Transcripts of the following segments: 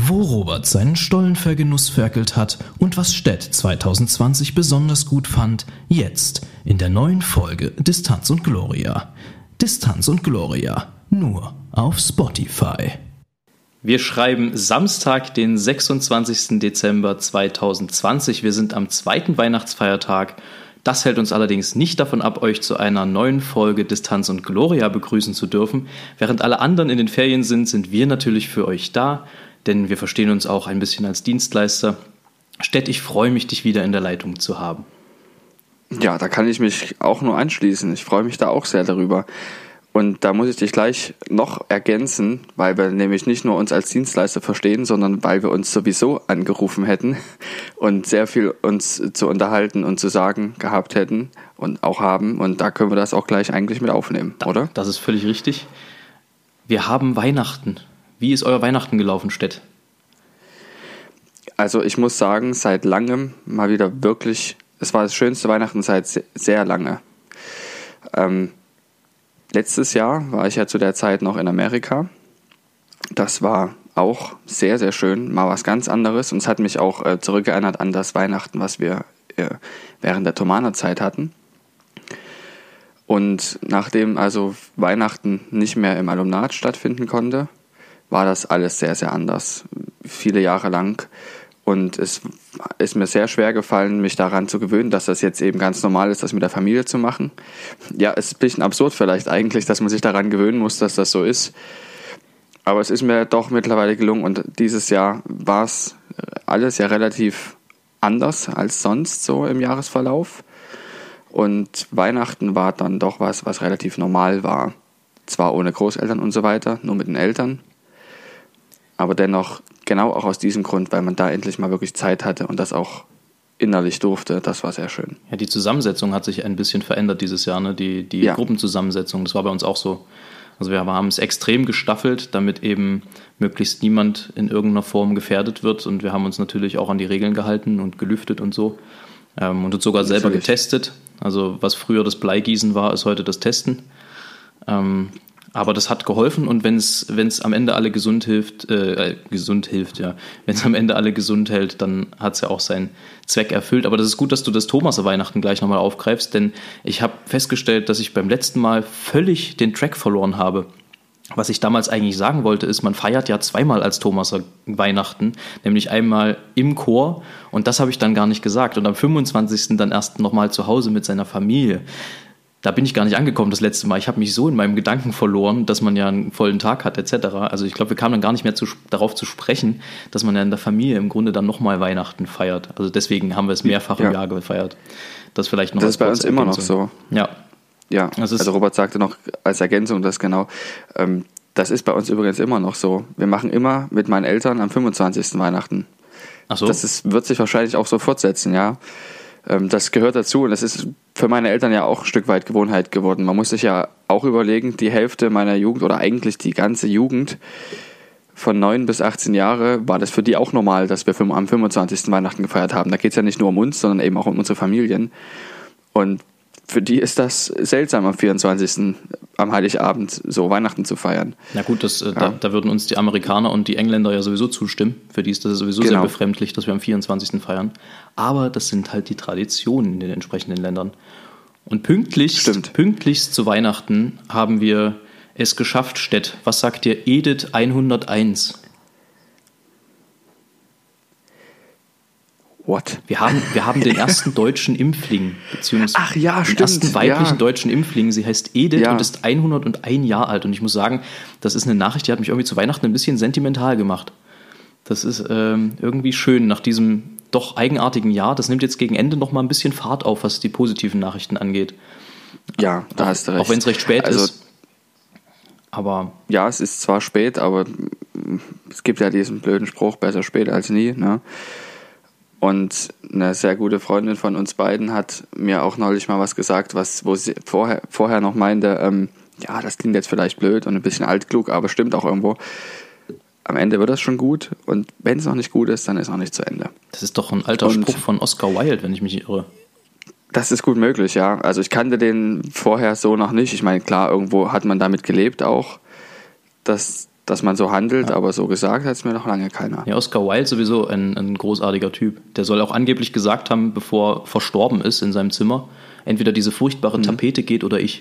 Wo Robert seinen Stollenfellgenuss ferkelt hat und was Stett 2020 besonders gut fand, jetzt in der neuen Folge Distanz und Gloria. Distanz und Gloria, nur auf Spotify. Wir schreiben Samstag, den 26. Dezember 2020. Wir sind am zweiten Weihnachtsfeiertag. Das hält uns allerdings nicht davon ab, euch zu einer neuen Folge Distanz und Gloria begrüßen zu dürfen. Während alle anderen in den Ferien sind, sind wir natürlich für euch da, denn wir verstehen uns auch ein bisschen als Dienstleister. Stett, ich freue mich, dich wieder in der Leitung zu haben. Ja, da kann ich mich auch nur anschließen. Ich freue mich da auch sehr darüber. Und da muss ich dich gleich noch ergänzen, weil wir nämlich nicht nur uns als Dienstleister verstehen, sondern weil wir uns sowieso angerufen hätten und sehr viel uns zu unterhalten und zu sagen gehabt hätten und auch haben. Und da können wir das auch gleich eigentlich mit aufnehmen, oder? Das ist völlig richtig. Wir haben Weihnachten. Wie ist euer Weihnachten gelaufen, Stett? Also ich muss sagen, seit langem mal wieder wirklich, es war das schönste Weihnachten seit sehr lange. Letztes Jahr war ich ja zu der Zeit noch in Amerika. Das war auch sehr, sehr schön, mal was ganz anderes. Und es hat mich auch zurückerinnert an das Weihnachten, was wir während der Thomaner-Zeit hatten. Und nachdem also Weihnachten nicht mehr im Alumnat stattfinden konnte, war das alles sehr, sehr anders. Viele Jahre lang. Und es ist mir sehr schwer gefallen, mich daran zu gewöhnen, dass das jetzt eben ganz normal ist, das mit der Familie zu machen. Ja, es ist ein bisschen absurd vielleicht eigentlich, dass man sich daran gewöhnen muss, dass das so ist. Aber es ist mir doch mittlerweile gelungen und dieses Jahr war es alles ja relativ anders als sonst so im Jahresverlauf. Und Weihnachten war dann doch was relativ normal war. Zwar ohne Großeltern und so weiter, nur mit den Eltern. Aber dennoch, genau auch aus diesem Grund, weil man da endlich mal wirklich Zeit hatte und das auch innerlich durfte, das war sehr schön. Ja, die Zusammensetzung hat sich ein bisschen verändert dieses Jahr, ne? Die ja. Gruppenzusammensetzung, das war bei uns auch so. Also wir haben es extrem gestaffelt, damit eben möglichst niemand in irgendeiner Form gefährdet wird. Und wir haben uns natürlich auch an die Regeln gehalten und gelüftet und so. Und uns sogar selber getestet. Also was früher das Bleigießen war, ist heute das Testen. Aber das hat geholfen und wenn es am Ende alle wenn es am Ende alle gesund hält, dann hat es ja auch seinen Zweck erfüllt. Aber das ist gut, dass du das Thomaser Weihnachten gleich nochmal aufgreifst, denn ich habe festgestellt, dass ich beim letzten Mal völlig den Track verloren habe. Was ich damals eigentlich sagen wollte, ist, man feiert ja zweimal als Thomaser Weihnachten, nämlich einmal im Chor und das habe ich dann gar nicht gesagt und am 25. dann erst nochmal zu Hause mit seiner Familie. Da bin ich gar nicht angekommen das letzte Mal. Ich habe mich so in meinem Gedanken verloren, dass man ja einen vollen Tag hat etc. Also ich glaube, wir kamen dann gar nicht mehr darauf zu sprechen, dass man ja in der Familie im Grunde dann nochmal Weihnachten feiert. Also deswegen haben wir es mehrfach im Jahr gefeiert. Das vielleicht noch. Das ist bei uns immer noch so. Ja, also Robert sagte noch als Ergänzung das genau. Das ist bei uns übrigens immer noch so. Wir machen immer mit meinen Eltern am 25. Weihnachten. Ach so. Wird sich wahrscheinlich auch so fortsetzen, ja. Das gehört dazu und das ist für meine Eltern ja auch ein Stück weit Gewohnheit geworden. Man muss sich ja auch überlegen, die Hälfte meiner Jugend oder eigentlich die ganze Jugend von 9 bis 18 Jahre war das für die auch normal, dass wir am 25. Weihnachten gefeiert haben. Da geht es ja nicht nur um uns, sondern eben auch um unsere Familien. Und für die ist das seltsam, am 24. am Heiligabend so Weihnachten zu feiern. Na gut, da würden uns die Amerikaner und die Engländer ja sowieso zustimmen. Für die ist das sowieso sehr befremdlich, dass wir am 24. feiern. Aber das sind halt die Traditionen in den entsprechenden Ländern. Und pünktlichst zu Weihnachten haben wir es geschafft, Stett. Was sagt dir Edith 101? What? Wir haben den ersten deutschen Impfling, beziehungsweise den ersten weiblichen deutschen Impfling. Sie heißt Edith und ist 101 Jahre alt. Und ich muss sagen, das ist eine Nachricht, die hat mich irgendwie zu Weihnachten ein bisschen sentimental gemacht. Das ist irgendwie schön nach diesem doch eigenartigen Jahr. Das nimmt jetzt gegen Ende noch mal ein bisschen Fahrt auf, was die positiven Nachrichten angeht. Ja, da hast du recht. Auch wenn es recht spät ist. Aber ja, es ist zwar spät, aber es gibt ja diesen blöden Spruch, besser spät als nie, ne? Und eine sehr gute Freundin von uns beiden hat mir auch neulich mal was gesagt, wo sie vorher noch meinte, das klingt jetzt vielleicht blöd und ein bisschen altklug, aber stimmt auch irgendwo. Am Ende wird das schon gut und wenn es noch nicht gut ist, dann ist auch nicht zu Ende. Das ist doch ein alter Spruch von Oscar Wilde, wenn ich mich nicht irre. Das ist gut möglich, ja. Also ich kannte den vorher so noch nicht. Ich meine, klar, irgendwo hat man damit gelebt auch, dass dass man so handelt, aber so gesagt hat es mir noch lange keiner. Ja, Oscar Wilde sowieso ein großartiger Typ. Der soll auch angeblich gesagt haben, bevor er verstorben ist in seinem Zimmer, entweder diese furchtbare Tapete geht oder ich.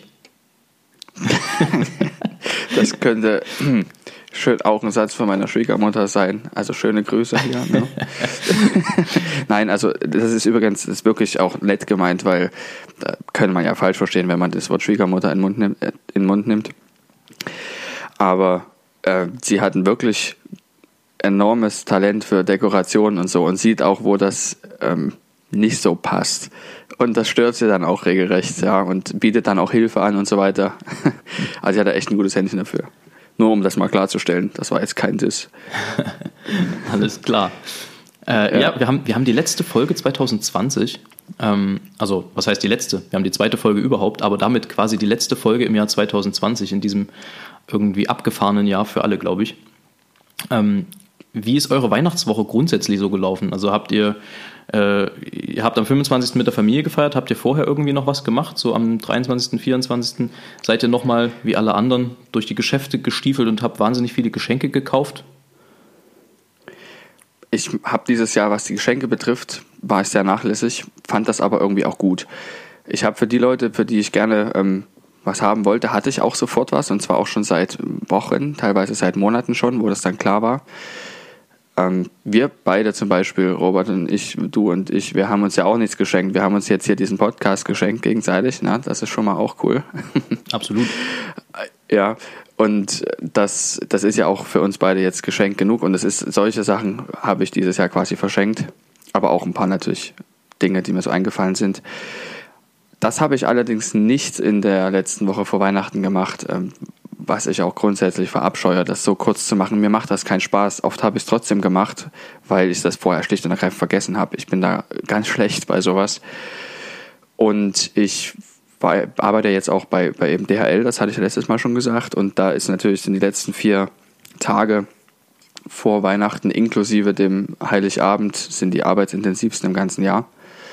Das könnte schön auch ein Satz von meiner Schwiegermutter sein. Also schöne Grüße hier. Ne? Nein, also das ist übrigens wirklich auch nett gemeint, weil da könnte man ja falsch verstehen, wenn man das Wort Schwiegermutter in den Mund nimmt. Aber sie hatten wirklich enormes Talent für Dekoration und so und sieht auch, wo das nicht so passt. Und das stört sie dann auch regelrecht, ja, und bietet dann auch Hilfe an und so weiter. Also sie hat da echt ein gutes Händchen dafür. Nur um das mal klarzustellen, das war jetzt kein Diss. Alles klar. Ja, wir haben die letzte Folge 2020, also was heißt die letzte? Wir haben die zweite Folge überhaupt, aber damit quasi die letzte Folge im Jahr 2020, in diesem irgendwie abgefahrenen Jahr für alle, glaube ich. Wie ist eure Weihnachtswoche grundsätzlich so gelaufen? Also ihr habt am 25. mit der Familie gefeiert, habt ihr vorher irgendwie noch was gemacht? So am 23., 24. seid ihr nochmal wie alle anderen durch die Geschäfte gestiefelt und habt wahnsinnig viele Geschenke gekauft? Ich habe dieses Jahr, was die Geschenke betrifft, war ich sehr nachlässig, fand das aber irgendwie auch gut. Ich habe für die Leute, für die ich gerne was haben wollte, hatte ich auch sofort was, und zwar auch schon seit Wochen, teilweise seit Monaten schon, wo das dann klar war. Wir beide zum Beispiel, Robert und ich, du und ich, wir haben uns ja auch nichts geschenkt. Wir haben uns jetzt hier diesen Podcast geschenkt gegenseitig. Na, das ist schon mal auch cool. Absolut. Ja, und das ist ja auch für uns beide jetzt Geschenk genug. Und solche Sachen habe ich dieses Jahr quasi verschenkt. Aber auch ein paar natürlich Dinge, die mir so eingefallen sind. Das habe ich allerdings nicht in der letzten Woche vor Weihnachten gemacht, was ich auch grundsätzlich verabscheue, das so kurz zu machen. Mir macht das keinen Spaß. Oft habe ich es trotzdem gemacht, weil ich das vorher schlicht und ergreifend vergessen habe. Ich bin da ganz schlecht bei sowas. Und ich arbeite jetzt auch bei eben DHL, das hatte ich letztes Mal schon gesagt. Und da sind die letzten 4 Tage vor Weihnachten inklusive dem Heiligabend sind die arbeitsintensivsten im ganzen Jahr.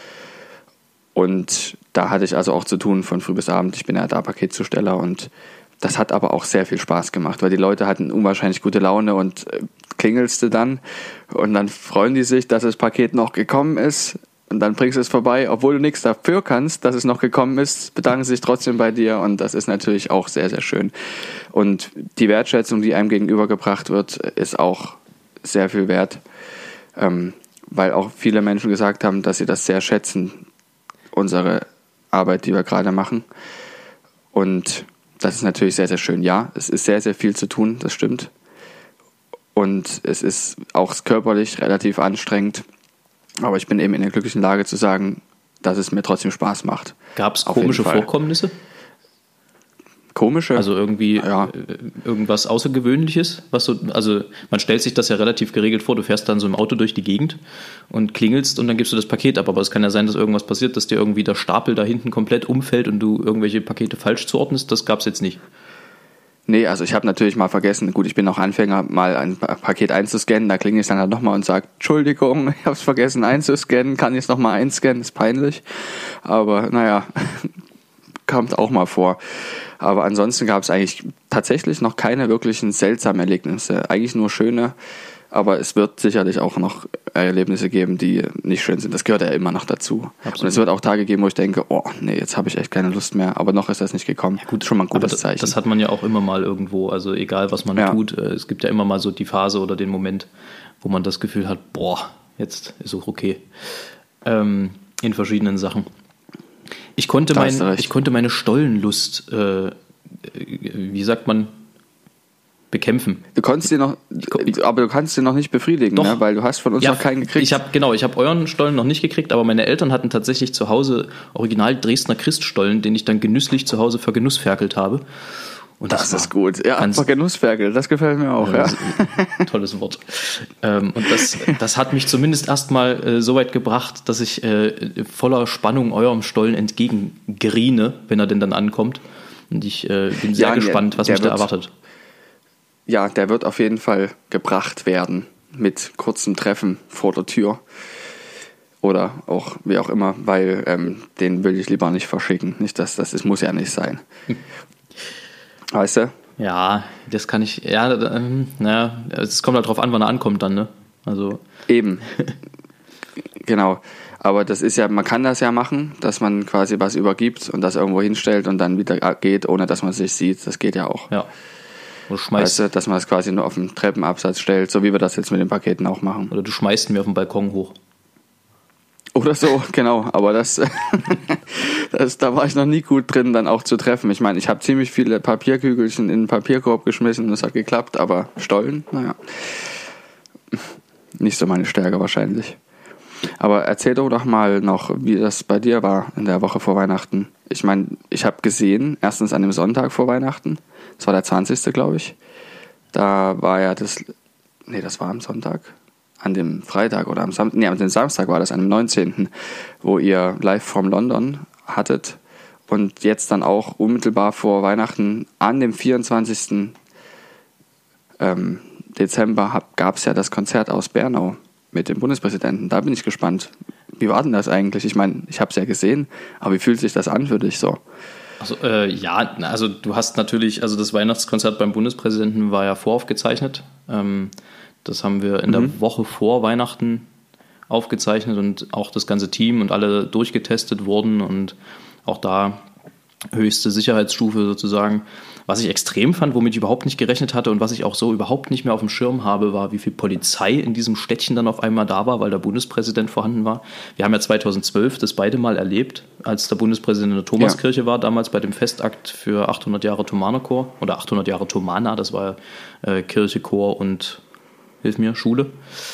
Und da hatte ich also auch zu tun von früh bis abend. Ich bin ja da Paketzusteller, und das hat aber auch sehr viel Spaß gemacht, weil die Leute hatten unwahrscheinlich gute Laune und klingelst du dann und dann freuen die sich, dass das Paket noch gekommen ist, und dann bringst du es vorbei, obwohl du nichts dafür kannst, dass es noch gekommen ist, bedanken sie sich trotzdem bei dir, und das ist natürlich auch sehr, sehr schön. Und die Wertschätzung, die einem gegenübergebracht wird, ist auch sehr viel wert, weil auch viele Menschen gesagt haben, dass sie das sehr schätzen, unsere Arbeit, die wir gerade machen. Und das ist natürlich sehr, sehr schön. Ja, es ist sehr, sehr viel zu tun, das stimmt. Und es ist auch körperlich relativ anstrengend. Aber ich bin eben in der glücklichen Lage zu sagen, dass es mir trotzdem Spaß macht. Gab es komische Vorkommnisse? Komische? Also irgendwie irgendwas Außergewöhnliches? Also man stellt sich das ja relativ geregelt vor, du fährst dann so im Auto durch die Gegend und klingelst und dann gibst du das Paket ab. Aber es kann ja sein, dass irgendwas passiert, dass dir irgendwie der Stapel da hinten komplett umfällt und du irgendwelche Pakete falsch zuordnest. Das gab es jetzt nicht. Nee, also ich habe natürlich mal vergessen, gut, ich bin auch Anfänger, mal ein Paket einzuscannen, da klingel ich dann halt nochmal und sage, Entschuldigung, ich habe es vergessen einzuscannen, kann ich es nochmal einscannen, ist peinlich. Aber naja, kommt auch mal vor. Aber ansonsten gab es eigentlich tatsächlich noch keine wirklichen seltsamen Erlebnisse. Eigentlich nur schöne, aber es wird sicherlich auch noch Erlebnisse geben, die nicht schön sind. Das gehört ja immer noch dazu. Absolut. Und es wird auch Tage geben, wo ich denke, oh nee, jetzt habe ich echt keine Lust mehr. Aber noch ist das nicht gekommen. Ja, gut, schon mal ein gutes Zeichen. Das hat man ja auch immer mal irgendwo. Also egal, was man tut, es gibt ja immer mal so die Phase oder den Moment, wo man das Gefühl hat, boah, jetzt ist auch okay. In verschiedenen Sachen. Ich konnte meine Stollenlust, wie sagt man, bekämpfen. Aber du kannst den noch nicht befriedigen, Doch. Ne? Weil du hast von uns noch keinen gekriegt. Ich habe euren Stollen noch nicht gekriegt, aber meine Eltern hatten tatsächlich zu Hause original Dresdner Christstollen, den ich dann genüsslich zu Hause vergenussferkelt habe. Und das ist gut. Ja, vergenussferkelt, das gefällt mir auch. Ja. Ein tolles Wort. Und das hat mich zumindest erstmal so weit gebracht, dass ich voller Spannung eurem Stollen entgegengeriene, wenn er denn dann ankommt. Und ich bin sehr gespannt, was mich da erwartet. Ja, der wird auf jeden Fall gebracht werden mit kurzem Treffen vor der Tür. Oder auch wie auch immer, weil den will ich lieber nicht verschicken. Nicht, dass das muss ja nicht sein. Weißt du? Ja, das kann ich, ja, naja, es kommt halt drauf an, wann er ankommt dann, ne? Also. Eben. Genau. Aber das ist ja, man kann das ja machen, dass man quasi was übergibt und das irgendwo hinstellt und dann wieder geht, ohne dass man sich sieht. Das geht ja auch. Ja. Oder schmeißt. Weißt du, dass man das quasi nur auf den Treppenabsatz stellt, so wie wir das jetzt mit den Paketen auch machen. Oder du schmeißt mir auf den Balkon hoch. Oder so, genau. Aber da war ich noch nie gut drin, dann auch zu treffen. Ich meine, ich habe ziemlich viele Papierkügelchen in den Papierkorb geschmissen und es hat geklappt, aber Stollen, naja. Nicht so meine Stärke wahrscheinlich. Aber erzähl doch mal noch, wie das bei dir war in der Woche vor Weihnachten. Ich meine, ich habe gesehen, erstens an dem Sonntag vor Weihnachten, das war der 20. glaube ich, da war ja das war am Sonntag, an dem Freitag oder am Samstag war das, an dem 19., wo ihr Live from London hattet und jetzt dann auch unmittelbar vor Weihnachten an dem 24. Dezember gab es ja das Konzert aus Bernau mit dem Bundespräsidenten. Da bin ich gespannt. Wie war denn das eigentlich? Ich meine, ich habe es ja gesehen, aber wie fühlt sich das an für dich so? Also, ja, also du hast natürlich, also das Weihnachtskonzert beim Bundespräsidenten war ja voraufgezeichnet. Das haben wir in der Woche vor Weihnachten aufgezeichnet und auch das ganze Team und alle durchgetestet wurden und auch da höchste Sicherheitsstufe sozusagen. Was ich extrem fand, womit ich überhaupt nicht gerechnet hatte und was ich auch so überhaupt nicht mehr auf dem Schirm habe, war, wie viel Polizei in diesem Städtchen dann auf einmal da war, weil der Bundespräsident vorhanden war. Wir haben ja 2012 das beide Mal erlebt, als der Bundespräsident in der Thomaskirche war, damals bei dem Festakt für 800 Jahre Thomanerchor oder 800 Jahre Thomana, das war Kirche, Chor und, hilf mir, Schule.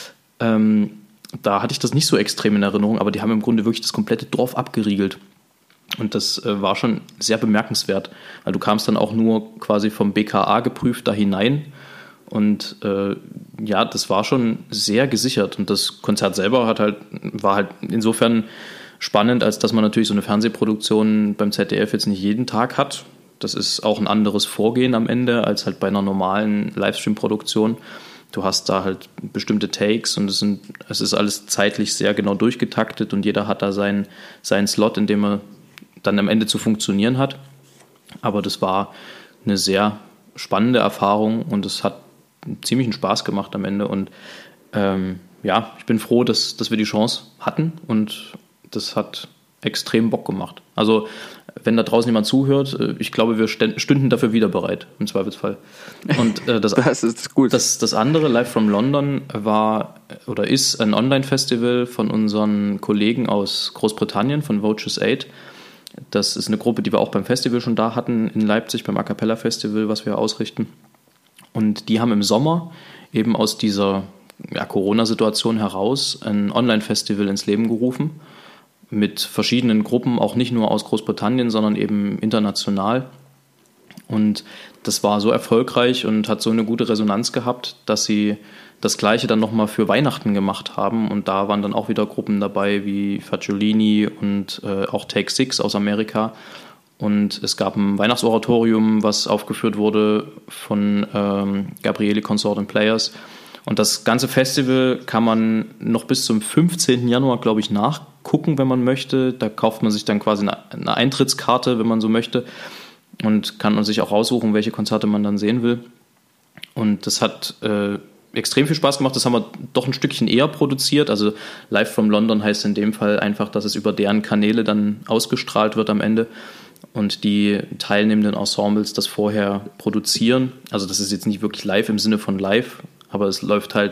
Da hatte ich das nicht so extrem in Erinnerung, aber die haben im Grunde wirklich das komplette Dorf abgeriegelt. Und das war schon sehr bemerkenswert, weil du kamst dann auch nur quasi vom BKA geprüft da hinein und ja, das war schon sehr gesichert und das Konzert selber war halt insofern spannend, als dass man natürlich so eine Fernsehproduktion beim ZDF jetzt nicht jeden Tag hat. Das ist auch ein anderes Vorgehen am Ende als halt bei einer normalen Livestream-Produktion. Du hast da halt bestimmte Takes und es ist alles zeitlich sehr genau durchgetaktet und jeder hat da seinen Slot, in dem er dann am Ende zu funktionieren hat. Aber das war eine sehr spannende Erfahrung und es hat ziemlichen Spaß gemacht am Ende. Und ja, ich bin froh, dass wir die Chance hatten und das hat extrem Bock gemacht. Also wenn da draußen jemand zuhört, ich glaube, wir stünden dafür wieder bereit, im Zweifelsfall. Und das ist gut. Das andere, Live from London, war oder ist ein Online-Festival von unseren Kollegen aus Großbritannien, von Voices 8. Das ist eine Gruppe, die wir auch beim Festival schon da hatten in Leipzig, beim A Cappella Festival, was wir ausrichten. Und die haben im Sommer eben aus dieser Corona-Situation heraus ein Online-Festival ins Leben gerufen mit verschiedenen Gruppen, auch nicht nur aus Großbritannien, sondern eben international. Und das war so erfolgreich und hat so eine gute Resonanz gehabt, dass sie das Gleiche dann nochmal für Weihnachten gemacht haben. Und da waren dann auch wieder Gruppen dabei wie Fagiolini und auch Take Six aus Amerika. Und es gab ein Weihnachtsoratorium, was aufgeführt wurde von Gabriele Consort and Players. Und das ganze Festival kann man noch bis zum 15. Januar, glaube ich, nachgucken, wenn man möchte. Da kauft man sich dann quasi eine Eintrittskarte, wenn man so möchte. Und kann man sich auch aussuchen, welche Konzerte man dann sehen will. Und das hat extrem viel Spaß gemacht. Das haben wir doch ein Stückchen eher produziert. Also Live from London heißt in dem Fall einfach, dass es über deren Kanäle dann ausgestrahlt wird am Ende und die teilnehmenden Ensembles das vorher produzieren. Also das ist jetzt nicht wirklich live im Sinne von live, aber es läuft halt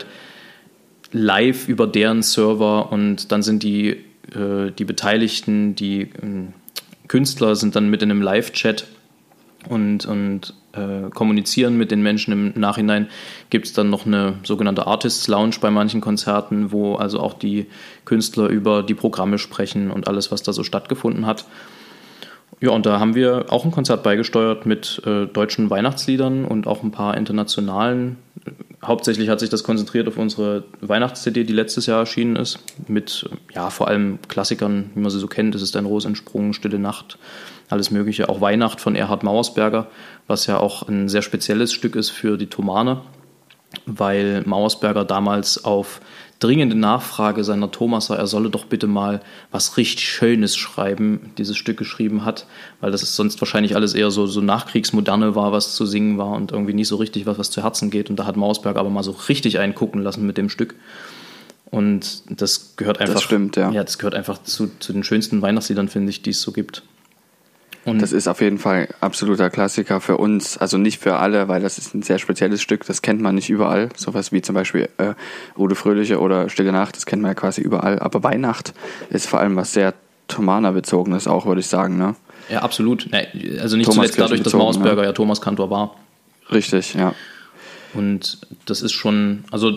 live über deren Server und dann sind die Beteiligten, die Künstler sind dann mit in einem Live-Chat und kommunizieren mit den Menschen. Im Nachhinein gibt es dann noch eine sogenannte Artists Lounge bei manchen Konzerten, wo also auch die Künstler über die Programme sprechen und alles, was da so stattgefunden hat. Ja, und da haben wir auch ein Konzert beigesteuert mit deutschen Weihnachtsliedern und auch ein paar internationalen. Hauptsächlich hat sich das konzentriert auf unsere Weihnachts-CD, die letztes Jahr erschienen ist, mit vor allem Klassikern, wie man sie so kennt. Es ist ein Ros entsprungen, Stille Nacht, alles Mögliche. Auch Weihnacht von Erhard Mauersberger, was ja auch ein sehr spezielles Stück ist für die Thomaner. weil Mauersberger damals auf dringende Nachfrage seiner Thomaser, er solle doch bitte mal was richtig Schönes schreiben, dieses Stück geschrieben hat, weil das ist sonst wahrscheinlich alles eher so Nachkriegsmoderne war, was zu singen war und irgendwie nicht so richtig was zu Herzen geht. Und da hat Mauersberger aber mal so richtig einen gucken lassen mit dem Stück. Und das gehört einfach, das stimmt, ja. Ja, das gehört einfach zu den schönsten Weihnachtsliedern, finde ich, die es so gibt. Und das ist auf jeden Fall absoluter Klassiker für uns, also nicht für alle, weil das ist ein sehr spezielles Stück, das kennt man nicht überall. Sowas wie zum Beispiel Rudi Fröhliche oder Stille Nacht, das kennt man ja quasi überall. Aber Weihnacht ist vor allem was sehr Thomaner-bezogenes auch, würde ich sagen. Ne? Ja, absolut. Also nicht zuletzt dadurch, dass Mauersberger ja Thomas Kantor war. Richtig, ja. Und das ist schon, also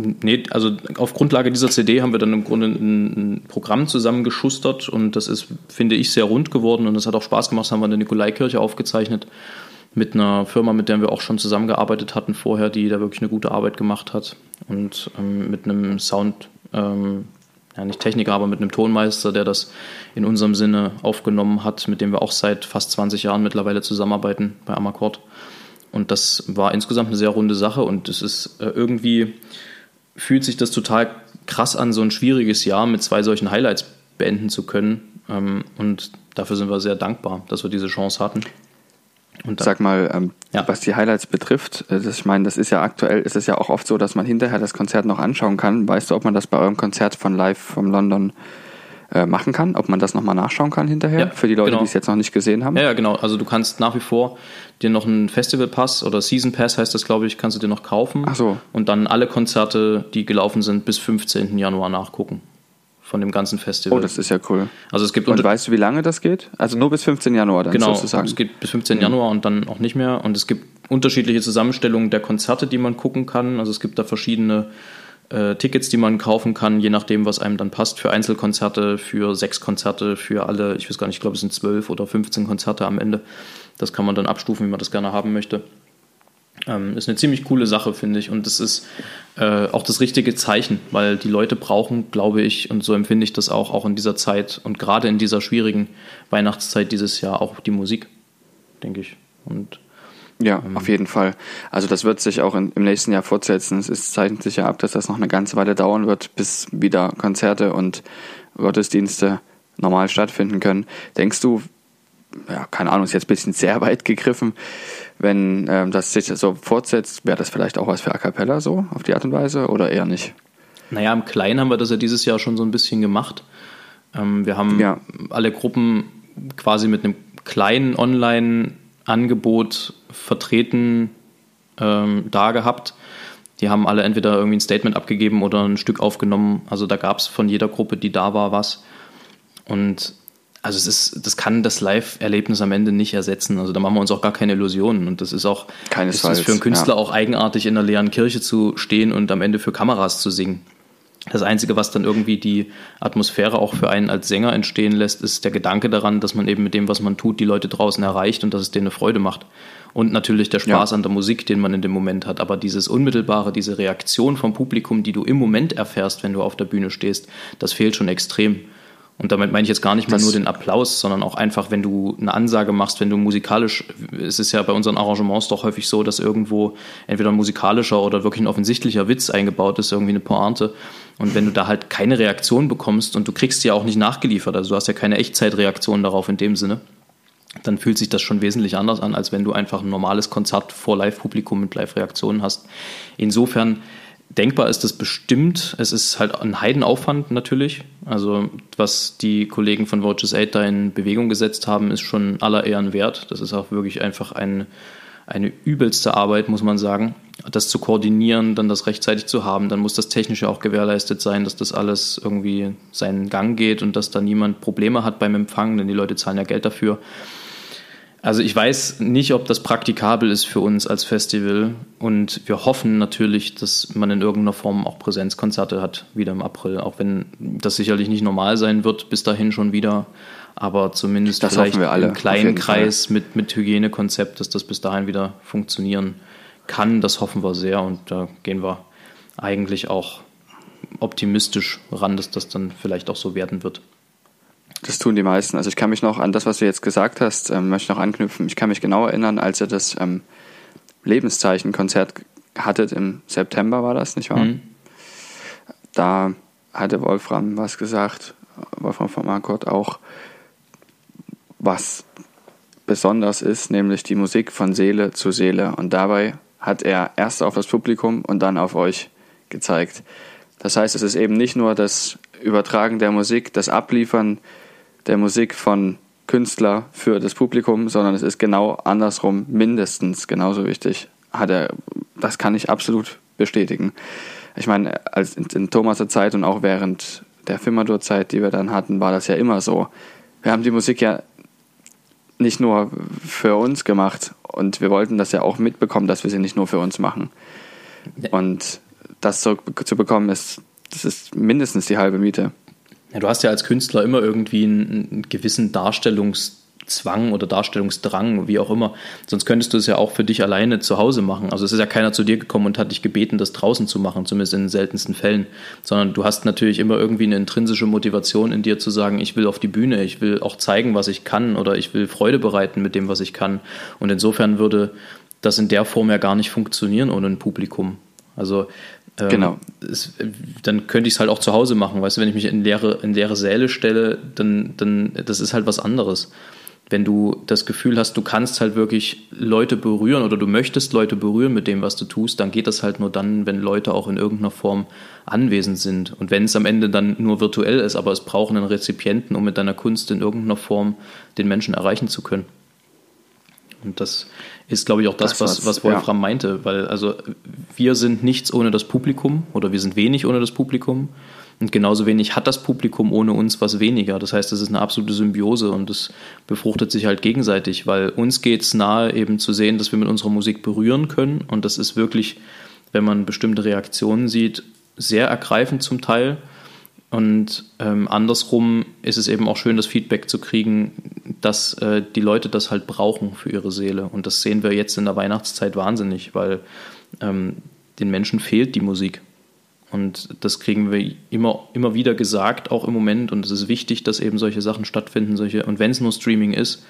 auf Grundlage dieser CD haben wir dann im Grunde ein Programm zusammengeschustert und das ist, finde ich, sehr rund geworden und das hat auch Spaß gemacht. Das haben wir in der Nikolaikirche aufgezeichnet mit einer Firma, mit der wir auch schon zusammengearbeitet hatten vorher, die da wirklich eine gute Arbeit gemacht hat und mit einem Sound, nicht Techniker, aber mit einem Tonmeister, der das in unserem Sinne aufgenommen hat, mit dem wir auch seit fast 20 Jahren mittlerweile zusammenarbeiten bei Amakord. Und das war insgesamt eine sehr runde Sache und es ist irgendwie, fühlt sich das total krass an, so ein schwieriges Jahr mit 2 solchen Highlights beenden zu können. Und dafür sind wir sehr dankbar, dass wir diese Chance hatten. Und dann, sag mal, was die Highlights betrifft, ich meine, das ist ja aktuell, ist es ja auch oft so, dass man hinterher das Konzert noch anschauen kann. Weißt du, ob man das bei eurem Konzert von Live from London machen kann, ob man das nochmal nachschauen kann hinterher, für die Leute, die es jetzt noch nicht gesehen haben? Ja, genau. Also du kannst nach wie vor dir noch einen Festivalpass oder Season Pass heißt das, glaube ich, kannst du dir noch kaufen. Ach so. Und dann alle Konzerte, die gelaufen sind, bis 15. Januar nachgucken von dem ganzen Festival. Oh, das ist ja cool. Also es gibt und weißt du, wie lange das geht? Also nur bis 15. Januar dann sozusagen? Genau, es geht bis 15. Januar und dann auch nicht mehr. Und es gibt unterschiedliche Zusammenstellungen der Konzerte, die man gucken kann. Also es gibt da verschiedene Tickets, die man kaufen kann, je nachdem, was einem dann passt, für Einzelkonzerte, für 6 Konzerte, für alle, ich weiß gar nicht, ich glaube, es sind 12 oder 15 Konzerte am Ende. Das kann man dann abstufen, wie man das gerne haben möchte. Ist eine ziemlich coole Sache, finde ich. Und das ist auch das richtige Zeichen, weil die Leute brauchen, glaube ich, und so empfinde ich das auch in dieser Zeit und gerade in dieser schwierigen Weihnachtszeit dieses Jahr auch die Musik, denke ich. Und ja, auf jeden Fall. Also das wird sich auch im nächsten Jahr fortsetzen. Es zeichnet sich ja ab, dass das noch eine ganze Weile dauern wird, bis wieder Konzerte und Gottesdienste normal stattfinden können. Denkst du, ja, keine Ahnung, ist jetzt ein bisschen sehr weit gegriffen, wenn das sich so fortsetzt, wäre das vielleicht auch was für A Cappella so, auf die Art und Weise, oder eher nicht? Naja, im Kleinen haben wir das ja dieses Jahr schon so ein bisschen gemacht. Wir haben alle Gruppen quasi mit einem kleinen Online-Angebot vertreten da gehabt. Die haben alle entweder irgendwie ein Statement abgegeben oder ein Stück aufgenommen. Also da gab es von jeder Gruppe, die da war, was. Und also das kann das Live-Erlebnis am Ende nicht ersetzen. Also da machen wir uns auch gar keine Illusionen. Und das ist auch ist für einen Künstler auch eigenartig, in einer leeren Kirche zu stehen und am Ende für Kameras zu singen. Das Einzige, was dann irgendwie die Atmosphäre auch für einen als Sänger entstehen lässt, ist der Gedanke daran, dass man eben mit dem, was man tut, die Leute draußen erreicht und dass es denen eine Freude macht. Und natürlich der Spaß an der Musik, den man in dem Moment hat. Aber dieses Unmittelbare, diese Reaktion vom Publikum, die du im Moment erfährst, wenn du auf der Bühne stehst, das fehlt schon extrem. Und damit meine ich jetzt gar nicht mal nur den Applaus, sondern auch einfach, wenn du eine Ansage machst, wenn du musikalisch, es ist ja bei unseren Arrangements doch häufig so, dass irgendwo entweder ein musikalischer oder wirklich ein offensichtlicher Witz eingebaut ist, irgendwie eine Pointe. Und wenn du da halt keine Reaktion bekommst und du kriegst sie ja auch nicht nachgeliefert, also du hast ja keine Echtzeitreaktion darauf in dem Sinne, dann fühlt sich das schon wesentlich anders an, als wenn du einfach ein normales Konzert vor Live-Publikum mit Live-Reaktionen hast. Insofern denkbar ist das bestimmt. Es ist halt ein Heidenaufwand natürlich. Also was die Kollegen von Voices 8 da in Bewegung gesetzt haben, ist schon aller Ehren wert. Das ist auch wirklich einfach eine übelste Arbeit, muss man sagen. Das zu koordinieren, dann das rechtzeitig zu haben, dann muss das Technische auch gewährleistet sein, dass das alles irgendwie seinen Gang geht und dass da niemand Probleme hat beim Empfang, denn die Leute zahlen ja Geld dafür. Also ich weiß nicht, ob das praktikabel ist für uns als Festival und wir hoffen natürlich, dass man in irgendeiner Form auch Präsenzkonzerte hat, wieder im April, auch wenn das sicherlich nicht normal sein wird, bis dahin schon wieder, aber zumindest das vielleicht im kleinen Kreis mit Hygienekonzept, dass das bis dahin wieder funktionieren kann, das hoffen wir sehr und da gehen wir eigentlich auch optimistisch ran, dass das dann vielleicht auch so werden wird. Das tun die meisten. Also ich kann mich noch an das, was du jetzt gesagt hast, möchte noch anknüpfen. Ich kann mich genau erinnern, als ihr das Lebenszeichen-Konzert hattet im September, war das, nicht wahr? Mhm. Da hatte Wolfram was gesagt, Wolfram von Marquardt auch, was besonders ist, nämlich die Musik von Seele zu Seele. Und dabei hat er erst auf das Publikum und dann auf euch gezeigt. Das heißt, es ist eben nicht nur das Übertragen der Musik, das Abliefern der Musik von Künstler für das Publikum, sondern es ist genau andersrum, mindestens genauso wichtig. Das kann ich absolut bestätigen. Ich meine, als in Thomas' Zeit und auch während der Fimadur-Zeit, die wir dann hatten, war das ja immer so. Wir haben die Musik ja nicht nur für uns gemacht und wir wollten das ja auch mitbekommen, dass wir sie nicht nur für uns machen. Und das zu bekommen, das ist mindestens die halbe Miete. Ja, du hast ja als Künstler immer irgendwie einen gewissen Darstellungszwang oder Darstellungsdrang, wie auch immer. Sonst könntest du es ja auch für dich alleine zu Hause machen. Also es ist ja keiner zu dir gekommen und hat dich gebeten, das draußen zu machen, zumindest in den seltensten Fällen. Sondern du hast natürlich immer irgendwie eine intrinsische Motivation in dir zu sagen, ich will auf die Bühne, ich will auch zeigen, was ich kann oder ich will Freude bereiten mit dem, was ich kann. Und insofern würde das in der Form ja gar nicht funktionieren ohne ein Publikum. Also genau. Dann könnte ich es halt auch zu Hause machen. Weißt du, wenn ich mich in leere Säle stelle, dann das ist halt was anderes. Wenn du das Gefühl hast, du kannst halt wirklich Leute berühren oder du möchtest Leute berühren mit dem, was du tust, dann geht das halt nur dann, wenn Leute auch in irgendeiner Form anwesend sind. Und wenn es am Ende dann nur virtuell ist, aber es braucht einen Rezipienten, um mit deiner Kunst in irgendeiner Form den Menschen erreichen zu können. Und das ist, glaube ich, auch das was Wolfram meinte, weil also wir sind nichts ohne das Publikum oder wir sind wenig ohne das Publikum und genauso wenig hat das Publikum ohne uns was weniger. Das heißt, es ist eine absolute Symbiose und es befruchtet sich halt gegenseitig, weil uns geht es nahe, eben zu sehen, dass wir mit unserer Musik berühren können und das ist wirklich, wenn man bestimmte Reaktionen sieht, sehr ergreifend zum Teil. Und andersrum ist es eben auch schön, das Feedback zu kriegen, dass die Leute das halt brauchen für ihre Seele. Und das sehen wir jetzt in der Weihnachtszeit wahnsinnig, weil den Menschen fehlt die Musik. Und das kriegen wir immer wieder gesagt, auch im Moment. Und es ist wichtig, dass eben solche Sachen stattfinden. Und wenn es nur Streaming ist,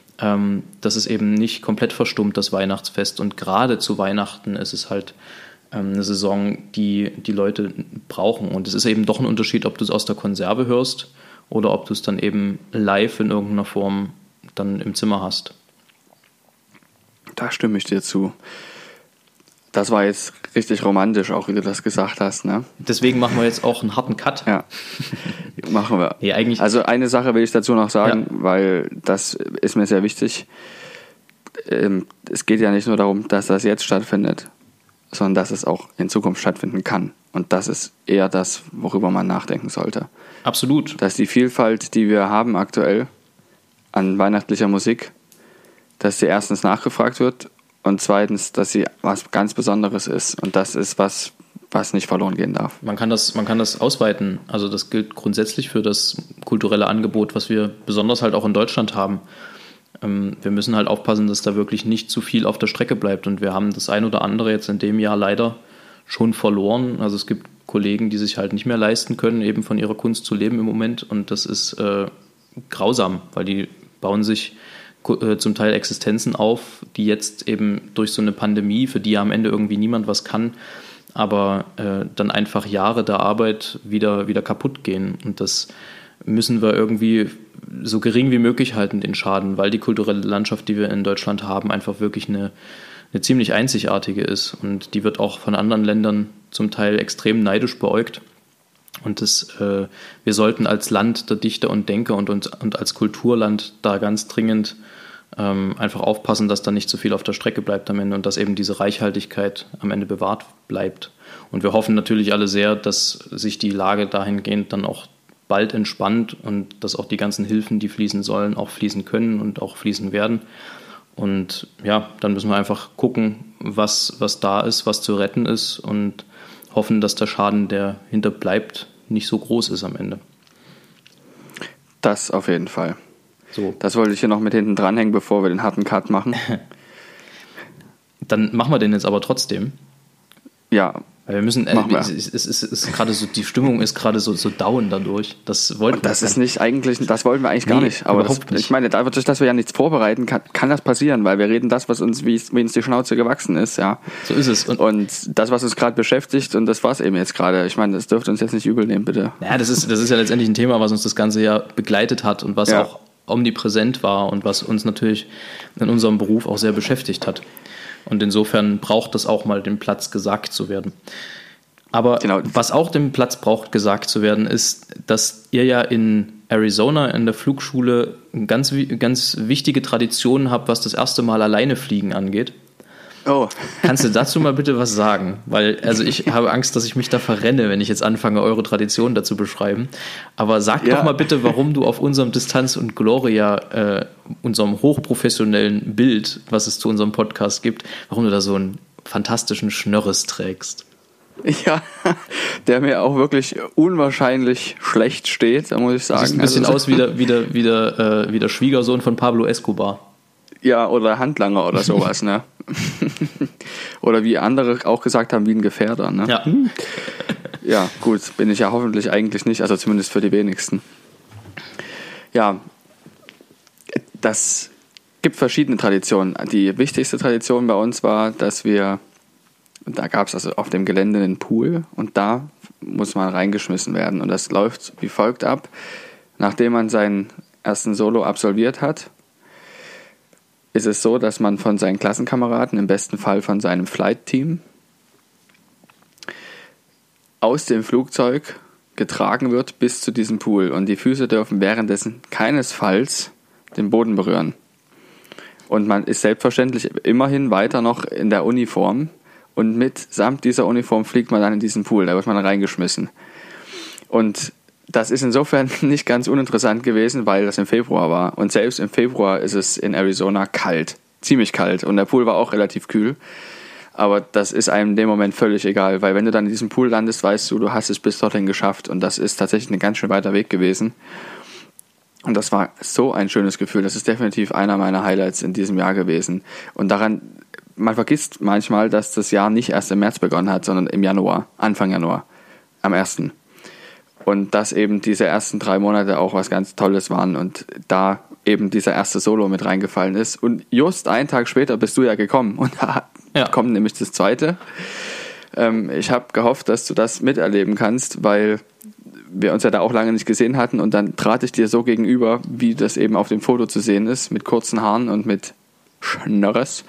dass es eben nicht komplett verstummt, das Weihnachtsfest. Und gerade zu Weihnachten ist es halt eine Saison, die Leute brauchen. Und es ist eben doch ein Unterschied, ob du es aus der Konserve hörst oder ob du es dann eben live in irgendeiner Form dann im Zimmer hast. Da stimme ich dir zu. Das war jetzt richtig romantisch, auch wie du das gesagt hast, ne? Deswegen machen wir jetzt auch einen harten Cut. Ja, machen wir. Nee, eigentlich also eine Sache will ich dazu noch sagen, weil das ist mir sehr wichtig. Es geht ja nicht nur darum, dass das jetzt stattfindet, sondern dass es auch in Zukunft stattfinden kann. Und das ist eher das, worüber man nachdenken sollte. Absolut. Dass die Vielfalt, die wir haben aktuell an weihnachtlicher Musik, dass sie erstens nachgefragt wird und zweitens, dass sie was ganz Besonderes ist. Und das ist was nicht verloren gehen darf. Man kann das ausweiten. Also das gilt grundsätzlich für das kulturelle Angebot, was wir besonders halt auch in Deutschland haben. Wir müssen halt aufpassen, dass da wirklich nicht zu viel auf der Strecke bleibt. Und wir haben das ein oder andere jetzt in dem Jahr leider schon verloren. Also es gibt Kollegen, die sich halt nicht mehr leisten können, eben von ihrer Kunst zu leben im Moment. Und das ist grausam, weil die bauen sich zum Teil Existenzen auf, die jetzt eben durch so eine Pandemie, für die ja am Ende irgendwie niemand was kann, aber dann einfach Jahre der Arbeit wieder kaputt gehen. Und das müssen wir irgendwie so gering wie möglich halten, den Schaden, weil die kulturelle Landschaft, die wir in Deutschland haben, einfach wirklich eine ziemlich einzigartige ist. Und die wird auch von anderen Ländern zum Teil extrem neidisch beäugt. Und wir sollten als Land der Dichter und Denker und als Kulturland da ganz dringend einfach aufpassen, dass da nicht zu viel auf der Strecke bleibt am Ende und dass eben diese Reichhaltigkeit am Ende bewahrt bleibt. Und wir hoffen natürlich alle sehr, dass sich die Lage dahingehend dann auch bald entspannt und dass auch die ganzen Hilfen, die fließen sollen, auch fließen können und auch fließen werden. Und ja, dann müssen wir einfach gucken, was da ist, was zu retten ist und hoffen, dass der Schaden, der hinterbleibt, nicht so groß ist am Ende. Das auf jeden Fall. So. Das wollte ich hier noch mit hinten dranhängen, bevor wir den harten Cut machen. Dann machen wir den jetzt aber trotzdem. Ja, Weil wir müssen, Machen wir. es ist gerade so, die Stimmung ist gerade so down dadurch. Das wollten Und das wir ist nicht eigentlich, das wollten wir eigentlich gar nicht. Aber überhaupt nicht. ich meine, dadurch, dass wir ja nichts vorbereiten, kann das passieren, weil wir reden das, was uns, wie uns die Schnauze gewachsen ist, ja. So ist es. Und das, was uns gerade beschäftigt, und das war es eben jetzt gerade. Ich meine, das dürft uns jetzt nicht übel nehmen, bitte. Ja, das ist ja letztendlich ein Thema, was uns das ganze Jahr begleitet hat und was auch omnipräsent war und was uns natürlich in unserem Beruf auch sehr beschäftigt hat. Und insofern braucht das auch mal den Platz, gesagt zu werden. Aber genau. Was auch den Platz braucht, gesagt zu werden, ist, dass ihr ja in Arizona in der Flugschule ganz wichtige Traditionen habt, was das erste Mal alleine fliegen angeht. Oh. Kannst du dazu mal bitte was sagen? Weil, also ich habe Angst, dass ich mich da verrenne, wenn ich jetzt anfange, eure Traditionen dazu beschreiben. Aber sag doch mal bitte, warum du auf unserem Distanz und Gloria, unserem hochprofessionellen Bild, was es zu unserem Podcast gibt, warum du da so einen fantastischen Schnörres trägst. Ja, der mir auch wirklich unwahrscheinlich schlecht steht, da muss ich sagen. Sieht ein bisschen aus wie der Schwiegersohn von Pablo Escobar. Ja, oder Handlanger oder sowas, ne? Oder wie andere auch gesagt haben, wie ein Gefährder, ne? Ja. Ja, gut, bin ich ja hoffentlich eigentlich nicht, also zumindest für die wenigsten. Ja, das gibt verschiedene Traditionen. Die wichtigste Tradition bei uns war, dass da gab es also auf dem Gelände einen Pool und da muss man reingeschmissen werden. Und das läuft wie folgt ab. Nachdem man seinen ersten Solo absolviert hat, ist es so, dass man von seinen Klassenkameraden, im besten Fall von seinem Flight-Team, aus dem Flugzeug getragen wird bis zu diesem Pool. Und die Füße dürfen währenddessen keinesfalls den Boden berühren. Und man ist selbstverständlich immerhin weiter noch in der Uniform. Und mitsamt dieser Uniform fliegt man dann in diesen Pool, da wird man reingeschmissen. Und das ist insofern nicht ganz uninteressant gewesen, weil das im Februar war. Und selbst im Februar ist es in Arizona kalt, ziemlich kalt. Und der Pool war auch relativ kühl. Aber das ist einem in dem Moment völlig egal, weil wenn du dann in diesem Pool landest, weißt du, du hast es bis dorthin geschafft. Und das ist tatsächlich ein ganz schön weiter Weg gewesen. Und das war so ein schönes Gefühl. Das ist definitiv einer meiner Highlights in diesem Jahr gewesen. Und man vergisst manchmal, dass das Jahr nicht erst im März begonnen hat, sondern im Januar, Anfang Januar, am 1. Und dass eben diese ersten 3 Monate auch was ganz Tolles waren und da eben dieser erste Solo mit reingefallen ist. Und just einen Tag später bist du ja gekommen und da kommt nämlich das zweite. Ich habe gehofft, dass du das miterleben kannst, weil wir uns ja da auch lange nicht gesehen hatten und dann trat ich dir so gegenüber, wie das eben auf dem Foto zu sehen ist, mit kurzen Haaren und mit Schnörres.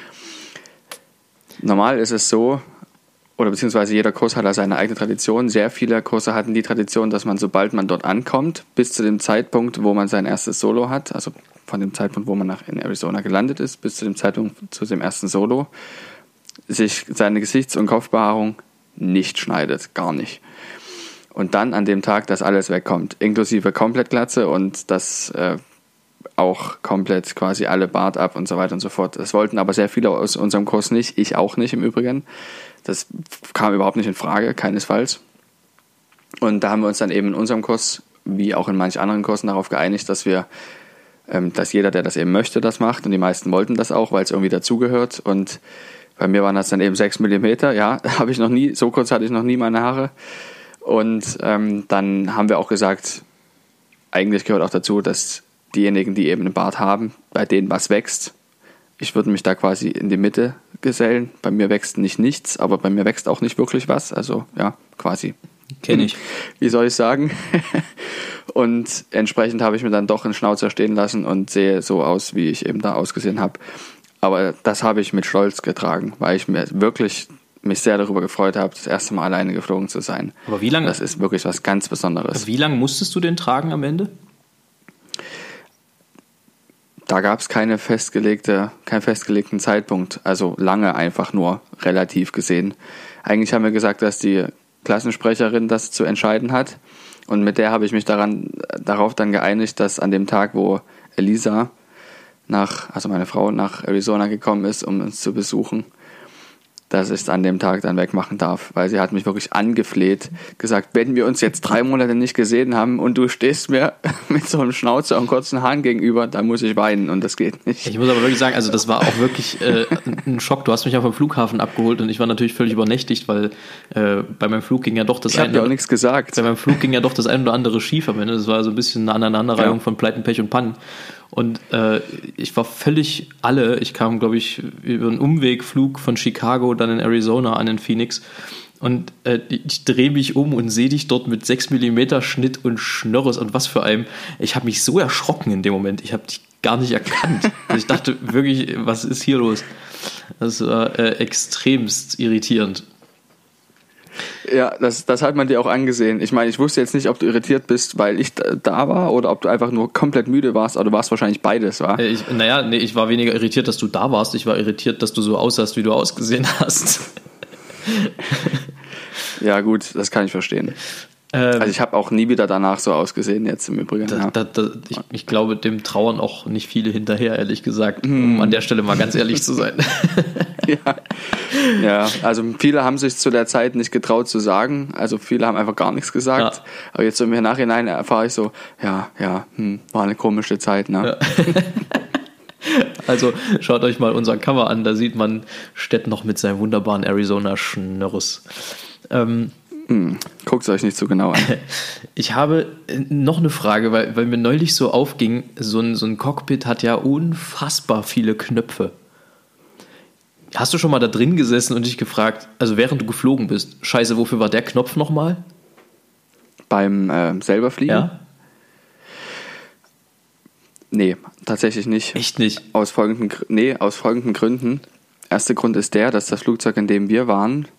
Normal ist es so, oder beziehungsweise jeder Kurs hat da seine eigene Tradition. Sehr viele Kurse hatten die Tradition, dass man, sobald man dort ankommt, bis zu dem Zeitpunkt, wo man sein erstes Solo hat, also von dem Zeitpunkt, wo man in Arizona gelandet ist, bis zu dem Zeitpunkt zu dem ersten Solo, sich seine Gesichts- und Kopfbehaarung nicht schneidet, gar nicht. Und dann an dem Tag, dass alles wegkommt, inklusive Komplettglatze und das auch komplett quasi alle Bart ab und so weiter und so fort. Das wollten aber sehr viele aus unserem Kurs nicht, ich auch nicht im Übrigen. Das kam überhaupt nicht in Frage, keinesfalls. Und da haben wir uns dann eben in unserem Kurs, wie auch in manch anderen Kursen, darauf geeinigt, dass jeder, der das eben möchte, das macht. Und die meisten wollten das auch, weil es irgendwie dazugehört. Und bei mir waren das dann eben 6 Millimeter. Ja, habe ich noch nie, so kurz hatte ich noch nie meine Haare. Und dann haben wir auch gesagt, eigentlich gehört auch dazu, dass diejenigen, die eben einen Bart haben, bei denen was wächst, ich würde mich da quasi in die Mitte gesellen. Bei mir wächst nicht nichts, aber bei mir wächst auch nicht wirklich was. Also ja, quasi. Kenn ich. Wie soll ich sagen? Und entsprechend habe ich mir dann doch einen Schnauzer stehen lassen und sehe so aus, wie ich eben da ausgesehen habe. Aber das habe ich mit Stolz getragen, weil ich mich sehr darüber gefreut habe, das erste Mal alleine geflogen zu sein. Aber wie lange? Das ist wirklich was ganz Besonderes. Wie lange musstest du den tragen am Ende? Da gab es keinen festgelegten Zeitpunkt, also lange einfach nur, relativ gesehen. Eigentlich haben wir gesagt, dass die Klassensprecherin das zu entscheiden hat und mit der habe ich mich darauf dann geeinigt, dass an dem Tag, wo Elisa, also meine Frau, nach Arizona gekommen ist, um uns zu besuchen, dass ich es an dem Tag dann wegmachen darf, weil sie hat mich wirklich angefleht, gesagt, wenn wir uns jetzt 3 Monate nicht gesehen haben und du stehst mir mit so einem Schnauzer und kurzen Haaren gegenüber, dann muss ich weinen und das geht nicht. Ich muss aber wirklich sagen, also das war auch wirklich ein Schock. Du hast mich auf dem Flughafen abgeholt und ich war natürlich völlig übernächtigt, weil bei meinem Flug ging ja doch Ich habe dir auch nichts gesagt. Bei meinem Flug ging ja doch das ein oder andere schief am Ende. Das war so ein bisschen eine Aneinanderreihung von Pleiten, Pech und Pannen. Und ich war völlig ich kam, glaube ich, über einen Umwegflug von Chicago dann in Arizona an in Phoenix und ich drehe mich um und sehe dich dort mit 6 mm Schnitt und Schnörres und was für einem. Ich habe mich so erschrocken in dem Moment. Ich habe dich gar nicht erkannt. Also ich dachte wirklich, was ist hier los? Das war extremst irritierend. Ja, das hat man dir auch angesehen. Ich meine, ich wusste jetzt nicht, ob du irritiert bist, weil ich da war oder ob du einfach nur komplett müde warst, aber du warst wahrscheinlich beides, wa? Ich war weniger irritiert, dass du da warst. Ich war irritiert, dass du so aussahst, wie du ausgesehen hast. Ja gut, das kann ich verstehen. Also ich habe auch nie wieder danach so ausgesehen jetzt im Übrigen. Ich glaube, dem trauern auch nicht viele hinterher, ehrlich gesagt, um an der Stelle mal ganz ehrlich zu sein. Ja, also viele haben sich zu der Zeit nicht getraut zu sagen, also viele haben einfach gar nichts gesagt, ja. Aber jetzt im Nachhinein erfahre ich so, war eine komische Zeit, ne? Ja. Also schaut euch mal unser Cover an, da sieht man Stett noch mit seinem wunderbaren Arizona-Schnörres. Guckt es euch nicht so genau an. Ich habe noch eine Frage, weil mir neulich so aufging, so ein Cockpit hat ja unfassbar viele Knöpfe. Hast du schon mal da drin gesessen und dich gefragt, also während du geflogen bist, scheiße, wofür war der Knopf nochmal? Beim selber Fliegen? Ja. Nee, tatsächlich nicht. Echt nicht? Aus folgenden Gründen. Erster Grund ist der, dass das Flugzeug, in dem wir waren,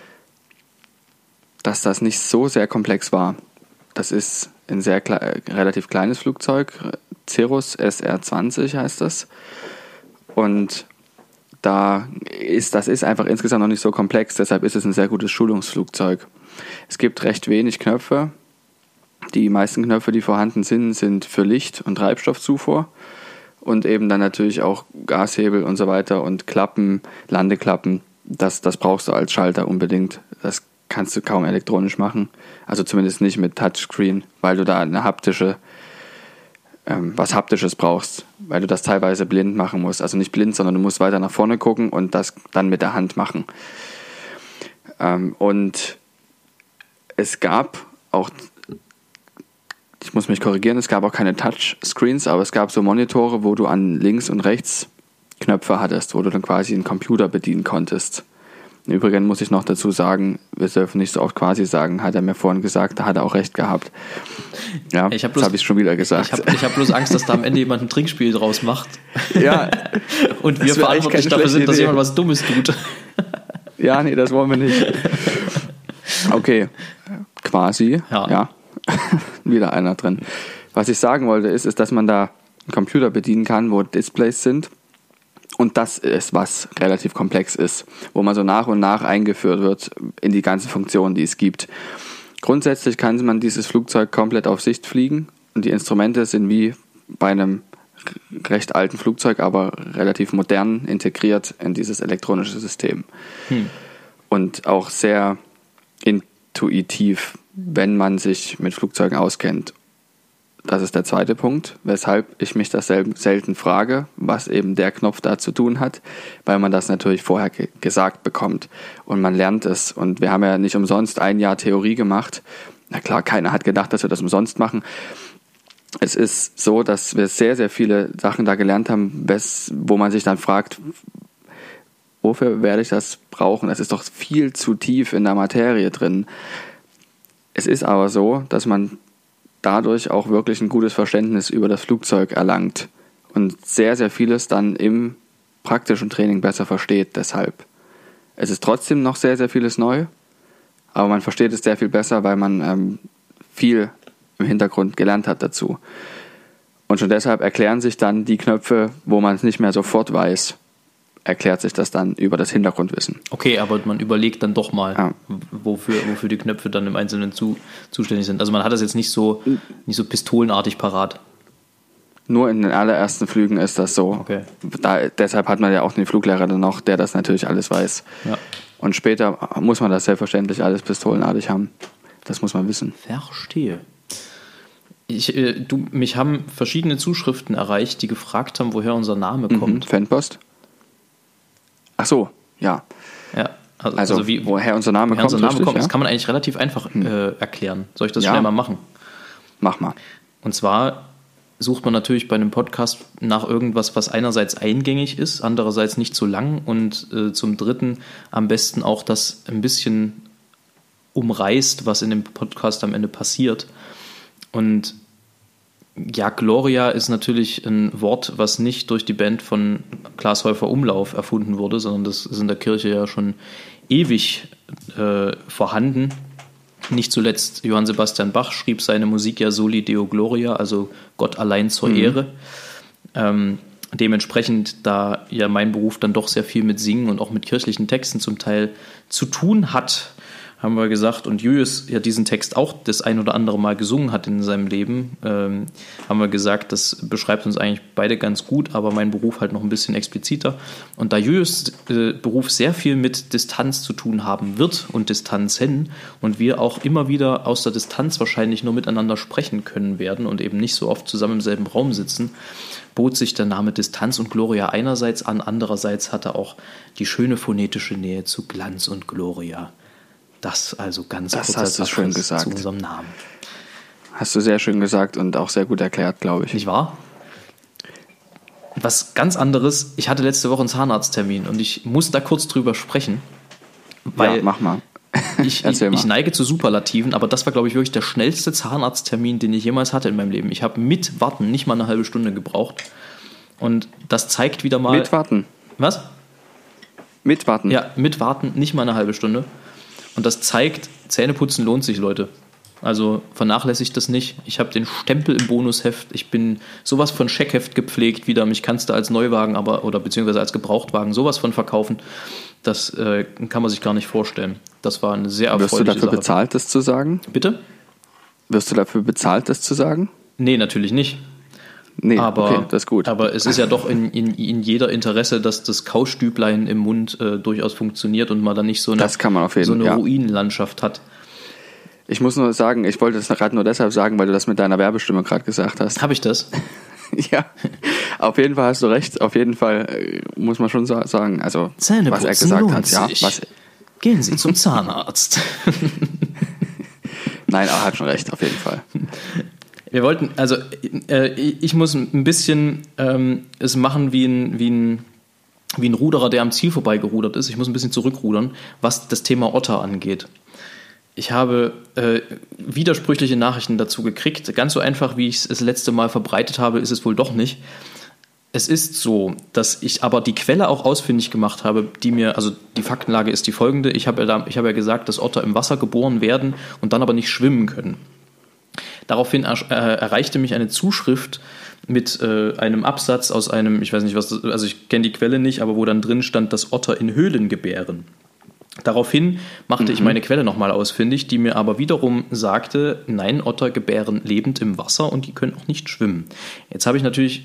dass das nicht so sehr komplex war. Das ist ein relativ kleines Flugzeug, Cirrus SR-20 heißt das. Und das ist einfach insgesamt noch nicht so komplex, deshalb ist es ein sehr gutes Schulungsflugzeug. Es gibt recht wenig Knöpfe. Die meisten Knöpfe, die vorhanden sind für Licht- und Treibstoffzufuhr und eben dann natürlich auch Gashebel und so weiter und Klappen, Landeklappen. Das brauchst du als Schalter unbedingt. Das kannst du kaum elektronisch machen. Also zumindest nicht mit Touchscreen, weil du da was Haptisches brauchst, weil du das teilweise blind machen musst. Also nicht blind, sondern du musst weiter nach vorne gucken und das dann mit der Hand machen. Und es gab auch, ich muss mich korrigieren, es gab auch keine Touchscreens, aber es gab so Monitore, wo du an links und rechts Knöpfe hattest, wo du dann quasi einen Computer bedienen konntest. Im Übrigen muss ich noch dazu sagen, wir dürfen nicht so oft quasi sagen, hat er mir vorhin gesagt, da hat er auch recht gehabt. Ja, das habe ich schon wieder gesagt. Ich hab bloß Angst, dass da am Ende jemand ein Trinkspiel draus macht. Ja. Und wir verantwortlich dafür sind, dass jemand was Dummes tut. Ja, nee, das wollen wir nicht. Okay, quasi, ja. Wieder einer drin. Was ich sagen wollte, ist, dass man da einen Computer bedienen kann, wo Displays sind. Und das ist, was relativ komplex ist, wo man so nach und nach eingeführt wird in die ganzen Funktionen, die es gibt. Grundsätzlich kann man dieses Flugzeug komplett auf Sicht fliegen und die Instrumente sind wie bei einem recht alten Flugzeug, aber relativ modern integriert in dieses elektronische System. Und auch sehr intuitiv, wenn man sich mit Flugzeugen auskennt. Das ist der zweite Punkt, weshalb ich mich das selten frage, was eben der Knopf da zu tun hat, weil man das natürlich vorher gesagt bekommt und man lernt es. Und wir haben ja nicht umsonst 1 Jahr Theorie gemacht. Na klar, keiner hat gedacht, dass wir das umsonst machen. Es ist so, dass wir sehr, sehr viele Sachen da gelernt haben, wo man sich dann fragt, wofür werde ich das brauchen? Es ist doch viel zu tief in der Materie drin. Es ist aber so, dass man dadurch auch wirklich ein gutes Verständnis über das Flugzeug erlangt und sehr, sehr vieles dann im praktischen Training besser versteht deshalb. Es ist trotzdem noch sehr, sehr vieles neu, aber man versteht es sehr viel besser, weil man viel im Hintergrund gelernt hat dazu. Und schon deshalb erklären sich dann die Knöpfe, wo man es nicht mehr sofort weiß, erklärt sich das dann über das Hintergrundwissen. Okay, aber man überlegt dann doch mal, wofür die Knöpfe dann im Einzelnen zuständig sind. Also man hat das jetzt nicht so pistolenartig parat. Nur in den allerersten Flügen ist das so. Okay. Deshalb hat man ja auch den Fluglehrer dann noch, der das natürlich alles weiß. Ja. Und später muss man das selbstverständlich alles pistolenartig haben. Das muss man wissen. Verstehe. Mich haben verschiedene Zuschriften erreicht, die gefragt haben, woher unser Name kommt. Fanpost? Ach so, ja. Ja, also woher unser Name kommt. Ja? Das kann man eigentlich relativ einfach erklären. Soll ich das schnell mal machen? Mach mal. Und zwar sucht man natürlich bei einem Podcast nach irgendwas, was einerseits eingängig ist, andererseits nicht so lang und zum Dritten am besten auch das ein bisschen umreißt, was in dem Podcast am Ende passiert. Und ja, Gloria ist natürlich ein Wort, was nicht durch die Band von Klaas Häufer Umlauf erfunden wurde, sondern das ist in der Kirche ja schon ewig vorhanden. Nicht zuletzt Johann Sebastian Bach schrieb seine Musik ja Soli Deo Gloria, also Gott allein zur Ehre. Dementsprechend, da ja mein Beruf dann doch sehr viel mit Singen und auch mit kirchlichen Texten zum Teil zu tun hat, haben wir gesagt, und Julius ja diesen Text auch das ein oder andere Mal gesungen hat in seinem Leben, haben wir gesagt, das beschreibt uns eigentlich beide ganz gut, aber mein Beruf halt noch ein bisschen expliziter. Und da Julius Beruf sehr viel mit Distanz zu tun haben wird und Distanzen und wir auch immer wieder aus der Distanz wahrscheinlich nur miteinander sprechen können werden und eben nicht so oft zusammen im selben Raum sitzen, bot sich der Name Distanz und Gloria einerseits an, andererseits hatte auch die schöne phonetische Nähe zu Glanz und Gloria. Das also ganz kurz als Abriss zu unserem Namen. Hast du sehr schön gesagt und auch sehr gut erklärt, glaube ich. Nicht wahr? Was ganz anderes, ich hatte letzte Woche einen Zahnarzttermin und ich muss da kurz drüber sprechen. Weil ja, mach mal. Ich neige zu Superlativen, aber das war, glaube ich, wirklich der schnellste Zahnarzttermin, den ich jemals hatte in meinem Leben. Ich habe mit Warten nicht mal eine halbe Stunde gebraucht. Und das zeigt wieder mal... Mit Warten? Was? Mit Warten? Ja, mit Warten nicht mal eine halbe Stunde. Und das zeigt, Zähneputzen lohnt sich, Leute. Also vernachlässigt das nicht. Ich habe den Stempel im Bonusheft. Ich bin sowas von Scheckheft gepflegt wieder. Mich kannst du als Neuwagen oder beziehungsweise als Gebrauchtwagen sowas von verkaufen. Das kann man sich gar nicht vorstellen. Das war eine sehr erfreuliche Sache. Wirst du dafür bezahlt, das zu sagen? Bitte? Wirst du dafür bezahlt, das zu sagen? Nee, natürlich nicht. Nee, aber, okay, das ist gut. Aber es ist ja doch in jeder Interesse, dass das Kaustüblein im Mund durchaus funktioniert und man dann nicht so eine Ruinenlandschaft hat. Ich muss nur sagen, ich wollte das gerade nur deshalb sagen, weil du das mit deiner Werbestimme gerade gesagt hast. Habe ich das? Ja, auf jeden Fall hast du recht. Auf jeden Fall muss man schon sagen, also Zähneputzen was er gesagt hat. Ja, gehen Sie zum Zahnarzt. Nein, er hat schon recht, auf jeden Fall. Wir wollten, also ich muss ein bisschen es machen wie ein Ruderer, der am Ziel vorbeigerudert ist. Ich muss ein bisschen zurückrudern, was das Thema Otter angeht. Ich habe widersprüchliche Nachrichten dazu gekriegt. Ganz so einfach, wie ich es das letzte Mal verbreitet habe, ist es wohl doch nicht. Es ist so, dass ich aber die Quelle auch ausfindig gemacht habe, also die Faktenlage ist die folgende. Ich habe ja gesagt, dass Otter im Wasser geboren werden und dann aber nicht schwimmen können. Daraufhin erreichte mich eine Zuschrift mit einem Absatz aus einem, ich weiß nicht was, also ich kenne die Quelle nicht, aber wo dann drin stand, dass Otter in Höhlen gebären. Daraufhin machte ich meine Quelle nochmal ausfindig, die mir aber wiederum sagte, nein, Otter gebären lebend im Wasser und die können auch nicht schwimmen. Jetzt habe ich natürlich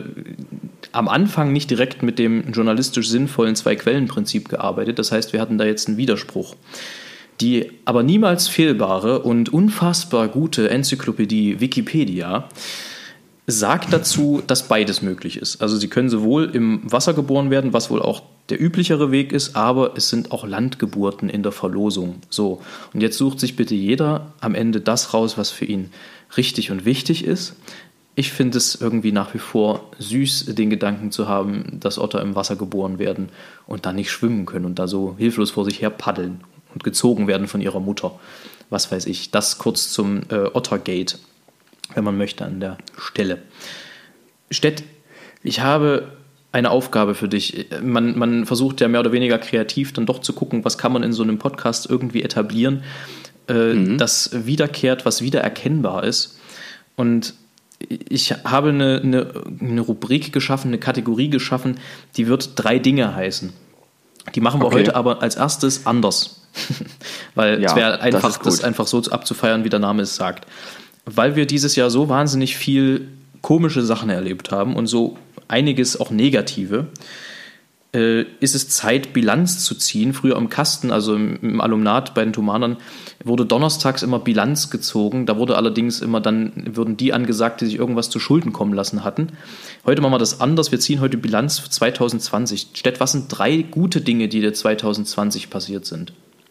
am Anfang nicht direkt mit dem journalistisch sinnvollen Zwei-Quellen-Prinzip gearbeitet, das heißt, wir hatten da jetzt einen Widerspruch. Die aber niemals fehlbare und unfassbar gute Enzyklopädie Wikipedia sagt dazu, dass beides möglich ist. Also sie können sowohl im Wasser geboren werden, was wohl auch der üblichere Weg ist, aber es sind auch Landgeburten in der Verlosung. So, und jetzt sucht sich bitte jeder am Ende das raus, was für ihn richtig und wichtig ist. Ich finde es irgendwie nach wie vor süß, den Gedanken zu haben, dass Otter im Wasser geboren werden und dann nicht schwimmen können und da so hilflos vor sich her paddeln und gezogen werden von ihrer Mutter. Was weiß ich. Das kurz zum Ottergate, wenn man möchte, an der Stelle. Stett, ich habe eine Aufgabe für dich. Man versucht ja mehr oder weniger kreativ dann doch zu gucken, was kann man in so einem Podcast irgendwie etablieren, das wiederkehrt, was wiedererkennbar ist. Und ich habe eine Rubrik geschaffen, eine Kategorie geschaffen, die wird 3 Dinge heißen. Die machen wir heute aber als erstes anders. Weil es wäre einfach, das einfach so abzufeiern, wie der Name es sagt. Weil wir dieses Jahr so wahnsinnig viel komische Sachen erlebt haben und so einiges auch negative, ist es Zeit, Bilanz zu ziehen. Früher im Kasten, also im Alumnat bei den Thomanern, wurde donnerstags immer Bilanz gezogen. Da wurde allerdings immer wurden die angesagt, die sich irgendwas zu Schulden kommen lassen hatten. Heute machen wir das anders. Wir ziehen heute Bilanz für 2020. Stett, was sind 3 gute Dinge, die dir 2020 passiert sind?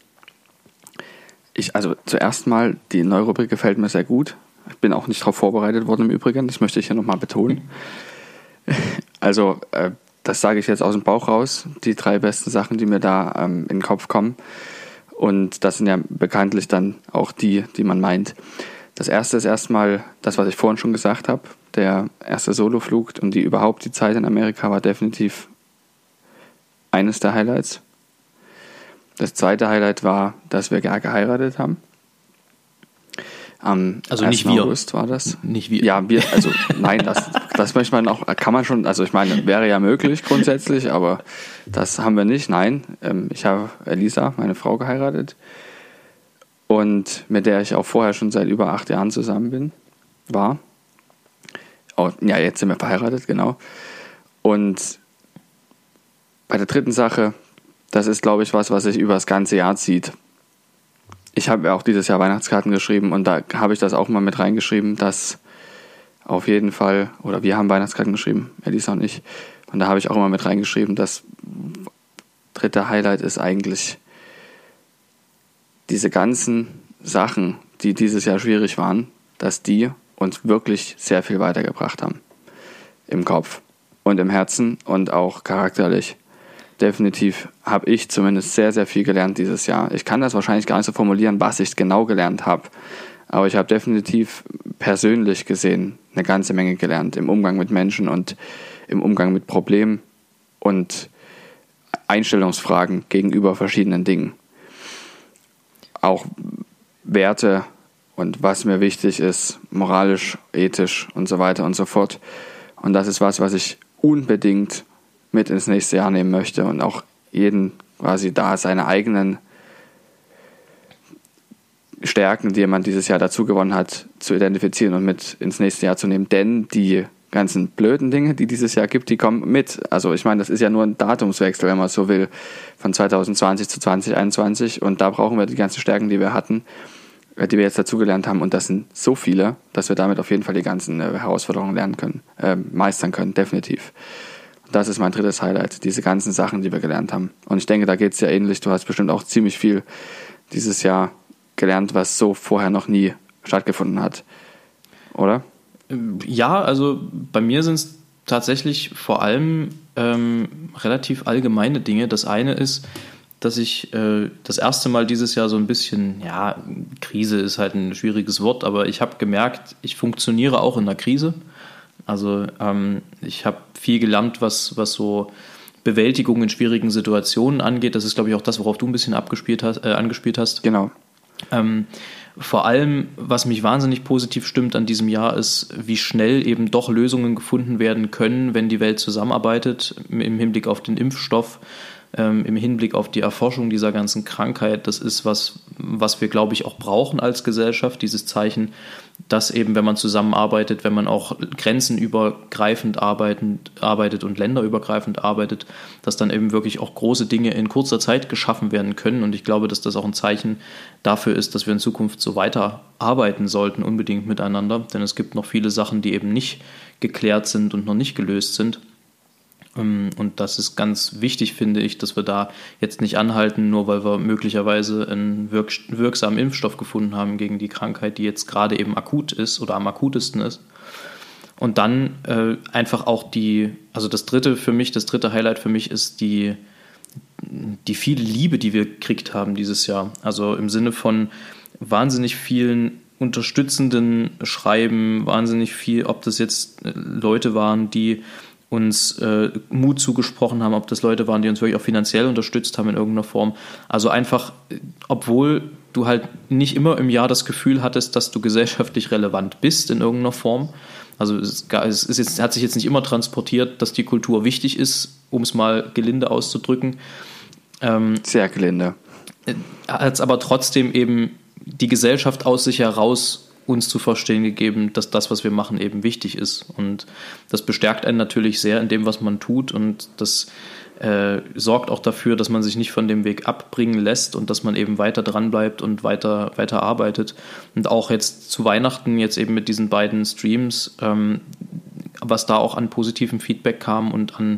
Also zuerst mal, die neue Rubrik gefällt mir sehr gut. Ich bin auch nicht darauf vorbereitet worden im Übrigen. Das möchte ich hier nochmal betonen. Also, das sage ich jetzt aus dem Bauch raus, die 3 besten Sachen, die mir da in den Kopf kommen. Und das sind ja bekanntlich dann auch die man meint. Das erste ist erstmal das, was ich vorhin schon gesagt habe, der erste Soloflug und die Zeit in Amerika war definitiv eines der Highlights. Das zweite Highlight war, dass wir geheiratet haben. Am also 1. nicht wir. August war das. Nicht wir. Ja, nein, das möchte man auch, kann man schon, also ich meine, wäre ja möglich grundsätzlich, aber das haben wir nicht, nein. Ich habe Elisa, meine Frau, geheiratet und mit der ich auch vorher schon seit über 8 Jahren zusammen war. Oh, ja, jetzt sind wir verheiratet, genau. Und bei der dritten Sache, das ist, glaube ich, was sich über das ganze Jahr zieht. Ich habe ja auch dieses Jahr Weihnachtskarten geschrieben und da habe ich das auch mal mit reingeschrieben, dass auf jeden Fall, oder wir haben Weihnachtskarten geschrieben, Elisa und ich, und da habe ich auch immer mit reingeschrieben, das dritte Highlight ist eigentlich diese ganzen Sachen, die dieses Jahr schwierig waren, dass die uns wirklich sehr viel weitergebracht haben. Im Kopf und im Herzen und auch charakterlich. Definitiv habe ich zumindest sehr, sehr viel gelernt dieses Jahr. Ich kann das wahrscheinlich gar nicht so formulieren, was ich genau gelernt habe. Aber ich habe definitiv persönlich gesehen eine ganze Menge gelernt im Umgang mit Menschen und im Umgang mit Problemen und Einstellungsfragen gegenüber verschiedenen Dingen. Auch Werte und was mir wichtig ist, moralisch, ethisch und so weiter und so fort. Und das ist was ich unbedingt mit ins nächste Jahr nehmen möchte und auch jeden quasi da seine eigenen Stärken, die man dieses Jahr dazu gewonnen hat, zu identifizieren und mit ins nächste Jahr zu nehmen. Denn die ganzen blöden Dinge, die dieses Jahr gibt, die kommen mit. Also ich meine, das ist ja nur ein Datumswechsel, wenn man so will, von 2020 zu 2021 und da brauchen wir die ganzen Stärken, die wir hatten, die wir jetzt dazugelernt haben und das sind so viele, dass wir damit auf jeden Fall die ganzen Herausforderungen lernen können, meistern können, definitiv. Das ist mein drittes Highlight, diese ganzen Sachen, die wir gelernt haben. Und ich denke, da geht es ja ähnlich. Du hast bestimmt auch ziemlich viel dieses Jahr gelernt, was so vorher noch nie stattgefunden hat, oder? Ja, also bei mir sind es tatsächlich vor allem relativ allgemeine Dinge. Das eine ist, dass ich das erste Mal dieses Jahr so ein bisschen, ja, Krise ist halt ein schwieriges Wort, aber ich habe gemerkt, ich funktioniere auch in der Krise. Also ich habe viel gelernt, was so Bewältigung in schwierigen Situationen angeht. Das ist, glaube ich, auch das, worauf du ein bisschen angespielt hast. Genau. Vor allem, was mich wahnsinnig positiv stimmt an diesem Jahr, ist, wie schnell eben doch Lösungen gefunden werden können, wenn die Welt zusammenarbeitet, im Hinblick auf den Impfstoff, im Hinblick auf die Erforschung dieser ganzen Krankheit. Das ist was wir, glaube ich, auch brauchen als Gesellschaft, dieses Zeichen, dass eben, wenn man zusammenarbeitet, wenn man auch grenzenübergreifend arbeitet und länderübergreifend arbeitet, dass dann eben wirklich auch große Dinge in kurzer Zeit geschaffen werden können. Und ich glaube, dass das auch ein Zeichen dafür ist, dass wir in Zukunft so weiter arbeiten sollten, unbedingt miteinander. Denn es gibt noch viele Sachen, die eben nicht geklärt sind und noch nicht gelöst sind. Und das ist ganz wichtig, finde ich, dass wir da jetzt nicht anhalten, nur weil wir möglicherweise einen wirksamen Impfstoff gefunden haben gegen die Krankheit, die jetzt gerade eben akut ist oder am akutesten ist. Und dann einfach auch das dritte Highlight für mich ist die viele Liebe, die wir gekriegt haben dieses Jahr. Also im Sinne von wahnsinnig vielen unterstützenden Schreiben, wahnsinnig viel, ob das jetzt Leute waren, die uns Mut zugesprochen haben, ob das Leute waren, die uns wirklich auch finanziell unterstützt haben in irgendeiner Form. Also einfach, obwohl du halt nicht immer im Jahr das Gefühl hattest, dass du gesellschaftlich relevant bist in irgendeiner Form. Also hat sich jetzt nicht immer transportiert, dass die Kultur wichtig ist, um es mal gelinde auszudrücken. Sehr gelinde. Hat es aber trotzdem eben die Gesellschaft aus sich heraus uns zu verstehen gegeben, dass das, was wir machen, eben wichtig ist. Und das bestärkt einen natürlich sehr in dem, was man tut. Und das sorgt auch dafür, dass man sich nicht von dem Weg abbringen lässt und dass man eben weiter dran bleibt und weiter arbeitet. Und auch jetzt zu Weihnachten, jetzt eben mit diesen beiden Streams, was da auch an positivem Feedback kam und an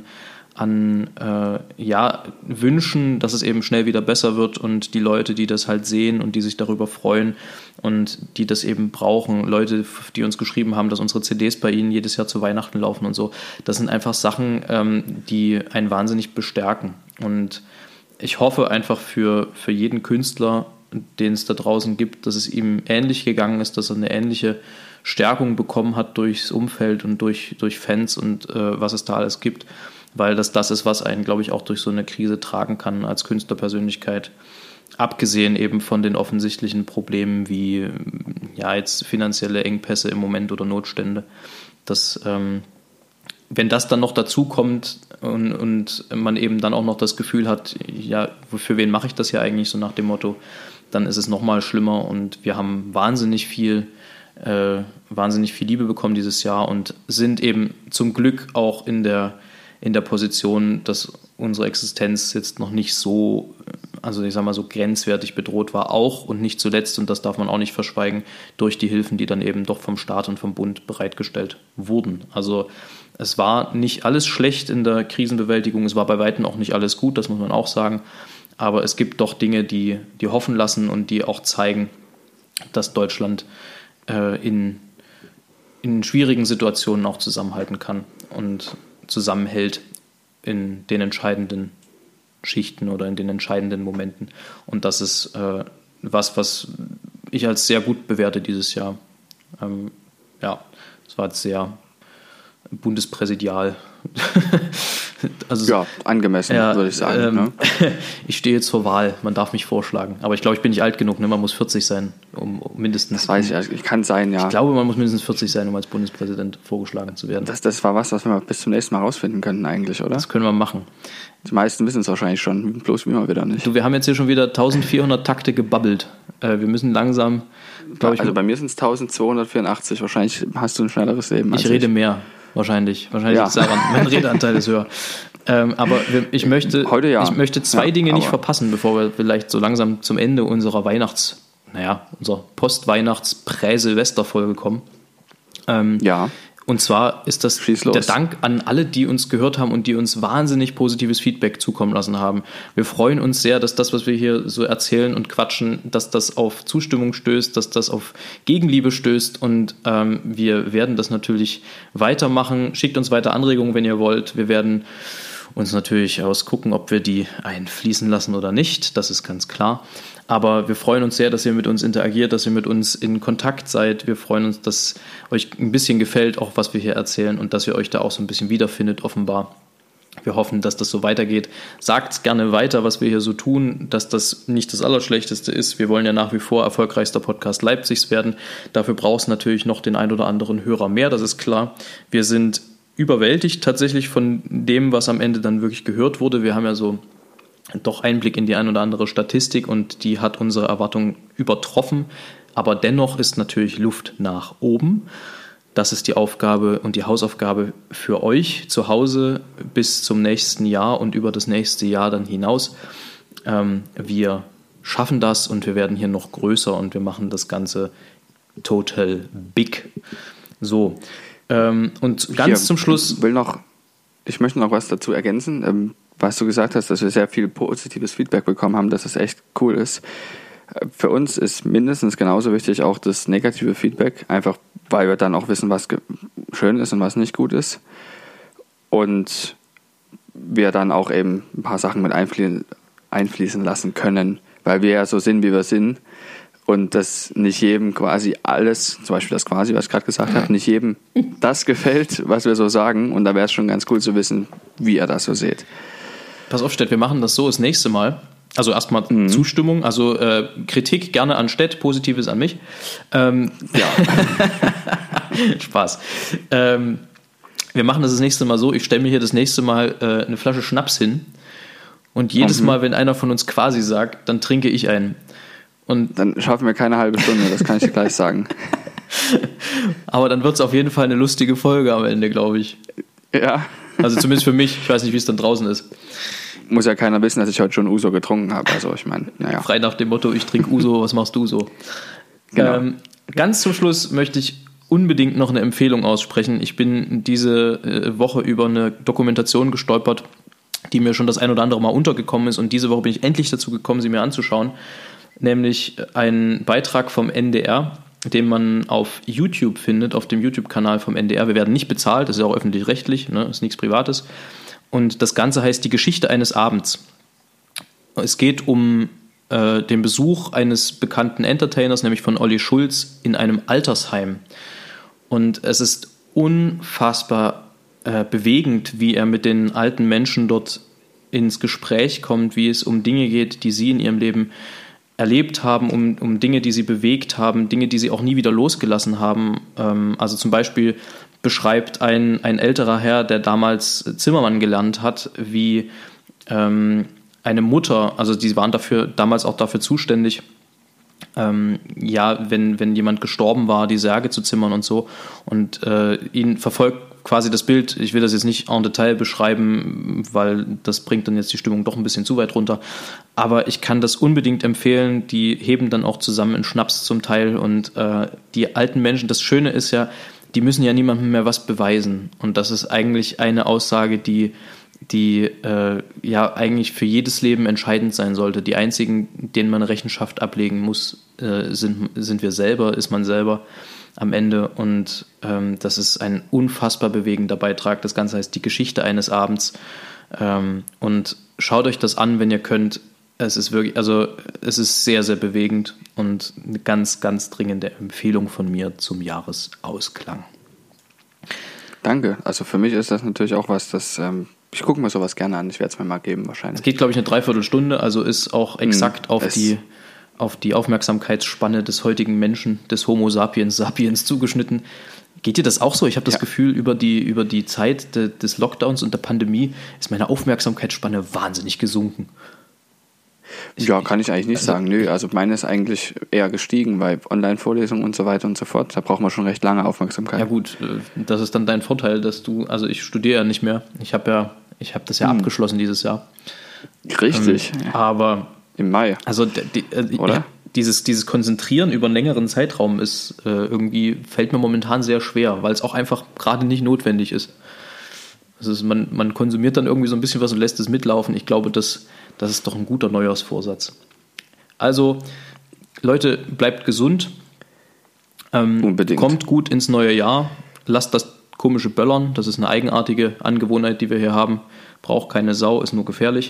Wünschen, dass es eben schnell wieder besser wird und die Leute, die das halt sehen und die sich darüber freuen und die das eben brauchen, Leute, die uns geschrieben haben, dass unsere CDs bei ihnen jedes Jahr zu Weihnachten laufen und so, das sind einfach Sachen, die einen wahnsinnig bestärken. Und ich hoffe einfach für jeden Künstler, den es da draußen gibt, dass es ihm ähnlich gegangen ist, dass er eine ähnliche Stärkung bekommen hat durchs Umfeld und durch Fans und was es da alles gibt. Weil das ist, was einen, glaube ich, auch durch so eine Krise tragen kann als Künstlerpersönlichkeit. Abgesehen eben von den offensichtlichen Problemen wie jetzt finanzielle Engpässe im Moment oder Notstände. Dass, wenn das dann noch dazu kommt und man eben dann auch noch das Gefühl hat, ja, für wen mache ich das ja eigentlich, so nach dem Motto, dann ist es nochmal schlimmer und wir haben wahnsinnig viel Liebe bekommen dieses Jahr und sind eben zum Glück auch in der Position, dass unsere Existenz jetzt noch nicht so, also ich sag mal so grenzwertig bedroht war, auch und nicht zuletzt, und das darf man auch nicht verschweigen, durch die Hilfen, die dann eben doch vom Staat und vom Bund bereitgestellt wurden. Also es war nicht alles schlecht in der Krisenbewältigung, es war bei Weitem auch nicht alles gut, das muss man auch sagen, aber es gibt doch Dinge, die hoffen lassen und die auch zeigen, dass Deutschland in schwierigen Situationen auch zusammenhalten kann und zusammenhält in den entscheidenden Schichten oder in den entscheidenden Momenten. Und das ist was ich als sehr gut bewerte dieses Jahr. Es war jetzt sehr bundespräsidial. Also, ja, angemessen, würde ich sagen. Ne? Ich stehe jetzt zur Wahl, man darf mich vorschlagen. Aber ich glaube, ich bin nicht alt genug, ne? Man muss 40 sein, um mindestens... Das weiß ich, kann sein, ja. Ich glaube, man muss mindestens 40 sein, um als Bundespräsident vorgeschlagen zu werden. Das war was wir bis zum nächsten Mal rausfinden könnten eigentlich, oder? Das können wir machen. Die meisten wissen es wahrscheinlich schon, bloß wie immer wieder nicht. Du, wir haben jetzt hier schon wieder 1400 Takte gebabbelt. Wir müssen langsam... Also bei mir sind es 1284, wahrscheinlich hast du ein schnelleres Leben als ich. Rede mehr. Wahrscheinlich ja. Liegt es daran. Mein Redeanteil ist höher. Aber ich möchte zwei Dinge nicht verpassen, bevor wir vielleicht so langsam zum Ende unserer unserer Post-Weihnachts-Prä-Silvester-Folge kommen. Und zwar ist das der Dank an alle, die uns gehört haben und die uns wahnsinnig positives Feedback zukommen lassen haben. Wir freuen uns sehr, dass das, was wir hier so erzählen und quatschen, dass das auf Zustimmung stößt, dass das auf Gegenliebe stößt und wir werden das natürlich weitermachen. Schickt uns weiter Anregungen, wenn ihr wollt. Wir werden uns natürlich ausgucken, ob wir die einfließen lassen oder nicht. Das ist ganz klar. Aber wir freuen uns sehr, dass ihr mit uns interagiert, dass ihr mit uns in Kontakt seid. Wir freuen uns, dass euch ein bisschen gefällt, auch was wir hier erzählen und dass ihr euch da auch so ein bisschen wiederfindet, offenbar. Wir hoffen, dass das so weitergeht. Sagt gerne weiter, was wir hier so tun, dass das nicht das Allerschlechteste ist. Wir wollen ja nach wie vor erfolgreichster Podcast Leipzigs werden. Dafür braucht es natürlich noch den ein oder anderen Hörer mehr, das ist klar. Wir sind überwältigt tatsächlich von dem, was am Ende dann wirklich gehört wurde. Wir haben ja so doch Einblick in die ein oder andere Statistik und die hat unsere Erwartungen übertroffen. Aber dennoch ist natürlich Luft nach oben. Das ist die Aufgabe und die Hausaufgabe für euch zu Hause bis zum nächsten Jahr und über das nächste Jahr dann hinaus. Wir schaffen das und wir werden hier noch größer und wir machen das Ganze total big. So, und ganz zum Schluss... Ich möchte noch was dazu ergänzen. Was du gesagt hast, dass wir sehr viel positives Feedback bekommen haben, dass das echt cool ist. Für uns ist mindestens genauso wichtig auch das negative Feedback, einfach weil wir dann auch wissen, was schön ist und was nicht gut ist. Und wir dann auch eben ein paar Sachen mit einfließen lassen können, weil wir ja so sind, wie wir sind. Und dass nicht jedem quasi alles, zum Beispiel das quasi, was ich gerade gesagt habe, nicht jedem das gefällt, was wir so sagen. Und da wäre es schon ganz cool zu wissen, wie ihr das so seht. Pass auf, Stett, wir machen das so das nächste Mal. Also erstmal Zustimmung, also Kritik gerne an Stett, Positives an mich. Ja. Spaß. Wir machen das nächste Mal so, ich stelle mir hier das nächste Mal eine Flasche Schnaps hin und jedes Mal, wenn einer von uns quasi sagt, dann trinke ich einen. Und dann schaffen wir keine halbe Stunde, das kann ich dir gleich sagen. Aber dann wird es auf jeden Fall eine lustige Folge am Ende, glaube ich. Ja. Also zumindest für mich. Ich weiß nicht, wie es dann draußen ist. Muss ja keiner wissen, dass ich heute schon Uso getrunken habe. Also ich meine, naja. Frei nach dem Motto, ich trinke Uso, was machst du so? Genau. Ganz zum Schluss möchte ich unbedingt noch eine Empfehlung aussprechen. Ich bin diese Woche über eine Dokumentation gestolpert, die mir schon das ein oder andere Mal untergekommen ist. Und diese Woche bin ich endlich dazu gekommen, sie mir anzuschauen. Nämlich ein Beitrag vom NDR, den man auf YouTube findet, auf dem YouTube-Kanal vom NDR. Wir werden nicht bezahlt, das ist ja auch öffentlich-rechtlich, ne? Ist nichts Privates. Und das Ganze heißt Die Geschichte eines Abends. Es geht um den Besuch eines bekannten Entertainers, nämlich von Olli Schulz, in einem Altersheim. Und es ist unfassbar bewegend, wie er mit den alten Menschen dort ins Gespräch kommt, wie es um Dinge geht, die sie in ihrem Leben erlebt haben, um Dinge, die sie bewegt haben, Dinge, die sie auch nie wieder losgelassen haben. Also zum Beispiel beschreibt ein älterer Herr, der damals Zimmermann gelernt hat, wie eine Mutter, also die waren damals auch dafür zuständig, wenn jemand gestorben war, die Särge zu zimmern und so. Und ihn verfolgt quasi das Bild, ich will das jetzt nicht en Detail beschreiben, weil das bringt dann jetzt die Stimmung doch ein bisschen zu weit runter. Aber ich kann das unbedingt empfehlen. Die heben dann auch zusammen einen Schnaps zum Teil. Und die alten Menschen, das Schöne ist ja, die müssen ja niemandem mehr was beweisen. Und das ist eigentlich eine Aussage, die eigentlich für jedes Leben entscheidend sein sollte. Die einzigen, denen man Rechenschaft ablegen muss, sind wir selber, ist man selber am Ende. Und das ist ein unfassbar bewegender Beitrag. Das Ganze heißt Die Geschichte eines Abends. Und schaut euch das an, wenn ihr könnt. Es ist wirklich, also es ist sehr, sehr bewegend und eine ganz, ganz dringende Empfehlung von mir zum Jahresausklang. Danke. Also für mich ist das natürlich auch was, das ich gucke mir sowas gerne an. Ich werde es mir mal geben wahrscheinlich. Es geht, glaube ich, eine Dreiviertelstunde, also ist auch exakt auf die Aufmerksamkeitsspanne des heutigen Menschen, des Homo sapiens zugeschnitten. Geht dir das auch so? Ich habe das Gefühl, über die Zeit des Lockdowns und der Pandemie ist meine Aufmerksamkeitsspanne wahnsinnig gesunken. Kann ich eigentlich nicht sagen. Nö, also meine ist eigentlich eher gestiegen, weil Online-Vorlesungen und so weiter und so fort, da braucht man schon recht lange Aufmerksamkeit. Ja gut, das ist dann dein Vorteil, dass also ich studiere ja nicht mehr. Ich habe das ja abgeschlossen dieses Jahr. Richtig. Aber im Mai. Also dieses Konzentrieren über einen längeren Zeitraum ist fällt mir momentan sehr schwer, weil es auch einfach gerade nicht notwendig ist. Also man konsumiert dann irgendwie so ein bisschen was und lässt es mitlaufen. Ich glaube, das ist doch ein guter Neujahrsvorsatz. Also, Leute, bleibt gesund. Unbedingt. Kommt gut ins neue Jahr. Lasst das komische Böllern. Das ist eine eigenartige Angewohnheit, die wir hier haben. Braucht keine Sau, ist nur gefährlich.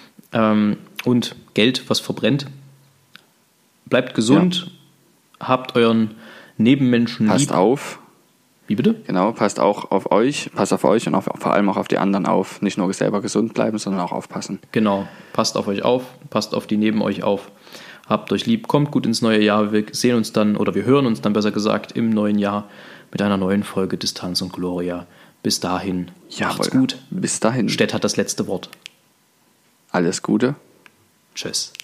Und Geld, was verbrennt. Bleibt gesund. Ja. Habt euren Nebenmenschen lieb. Passt auf. Wie bitte? Genau, passt auf euch und vor allem auch auf die anderen auf. Nicht nur selber gesund bleiben, sondern auch aufpassen. Genau, passt auf euch auf, passt auf die neben euch auf. Habt euch lieb, kommt gut ins neue Jahr. Wir sehen uns dann, oder wir hören uns dann besser gesagt, im neuen Jahr mit einer neuen Folge Distanz und Gloria. Bis dahin, macht's gut. Bis dahin. Stett hat das letzte Wort. Alles Gute. Tschüss.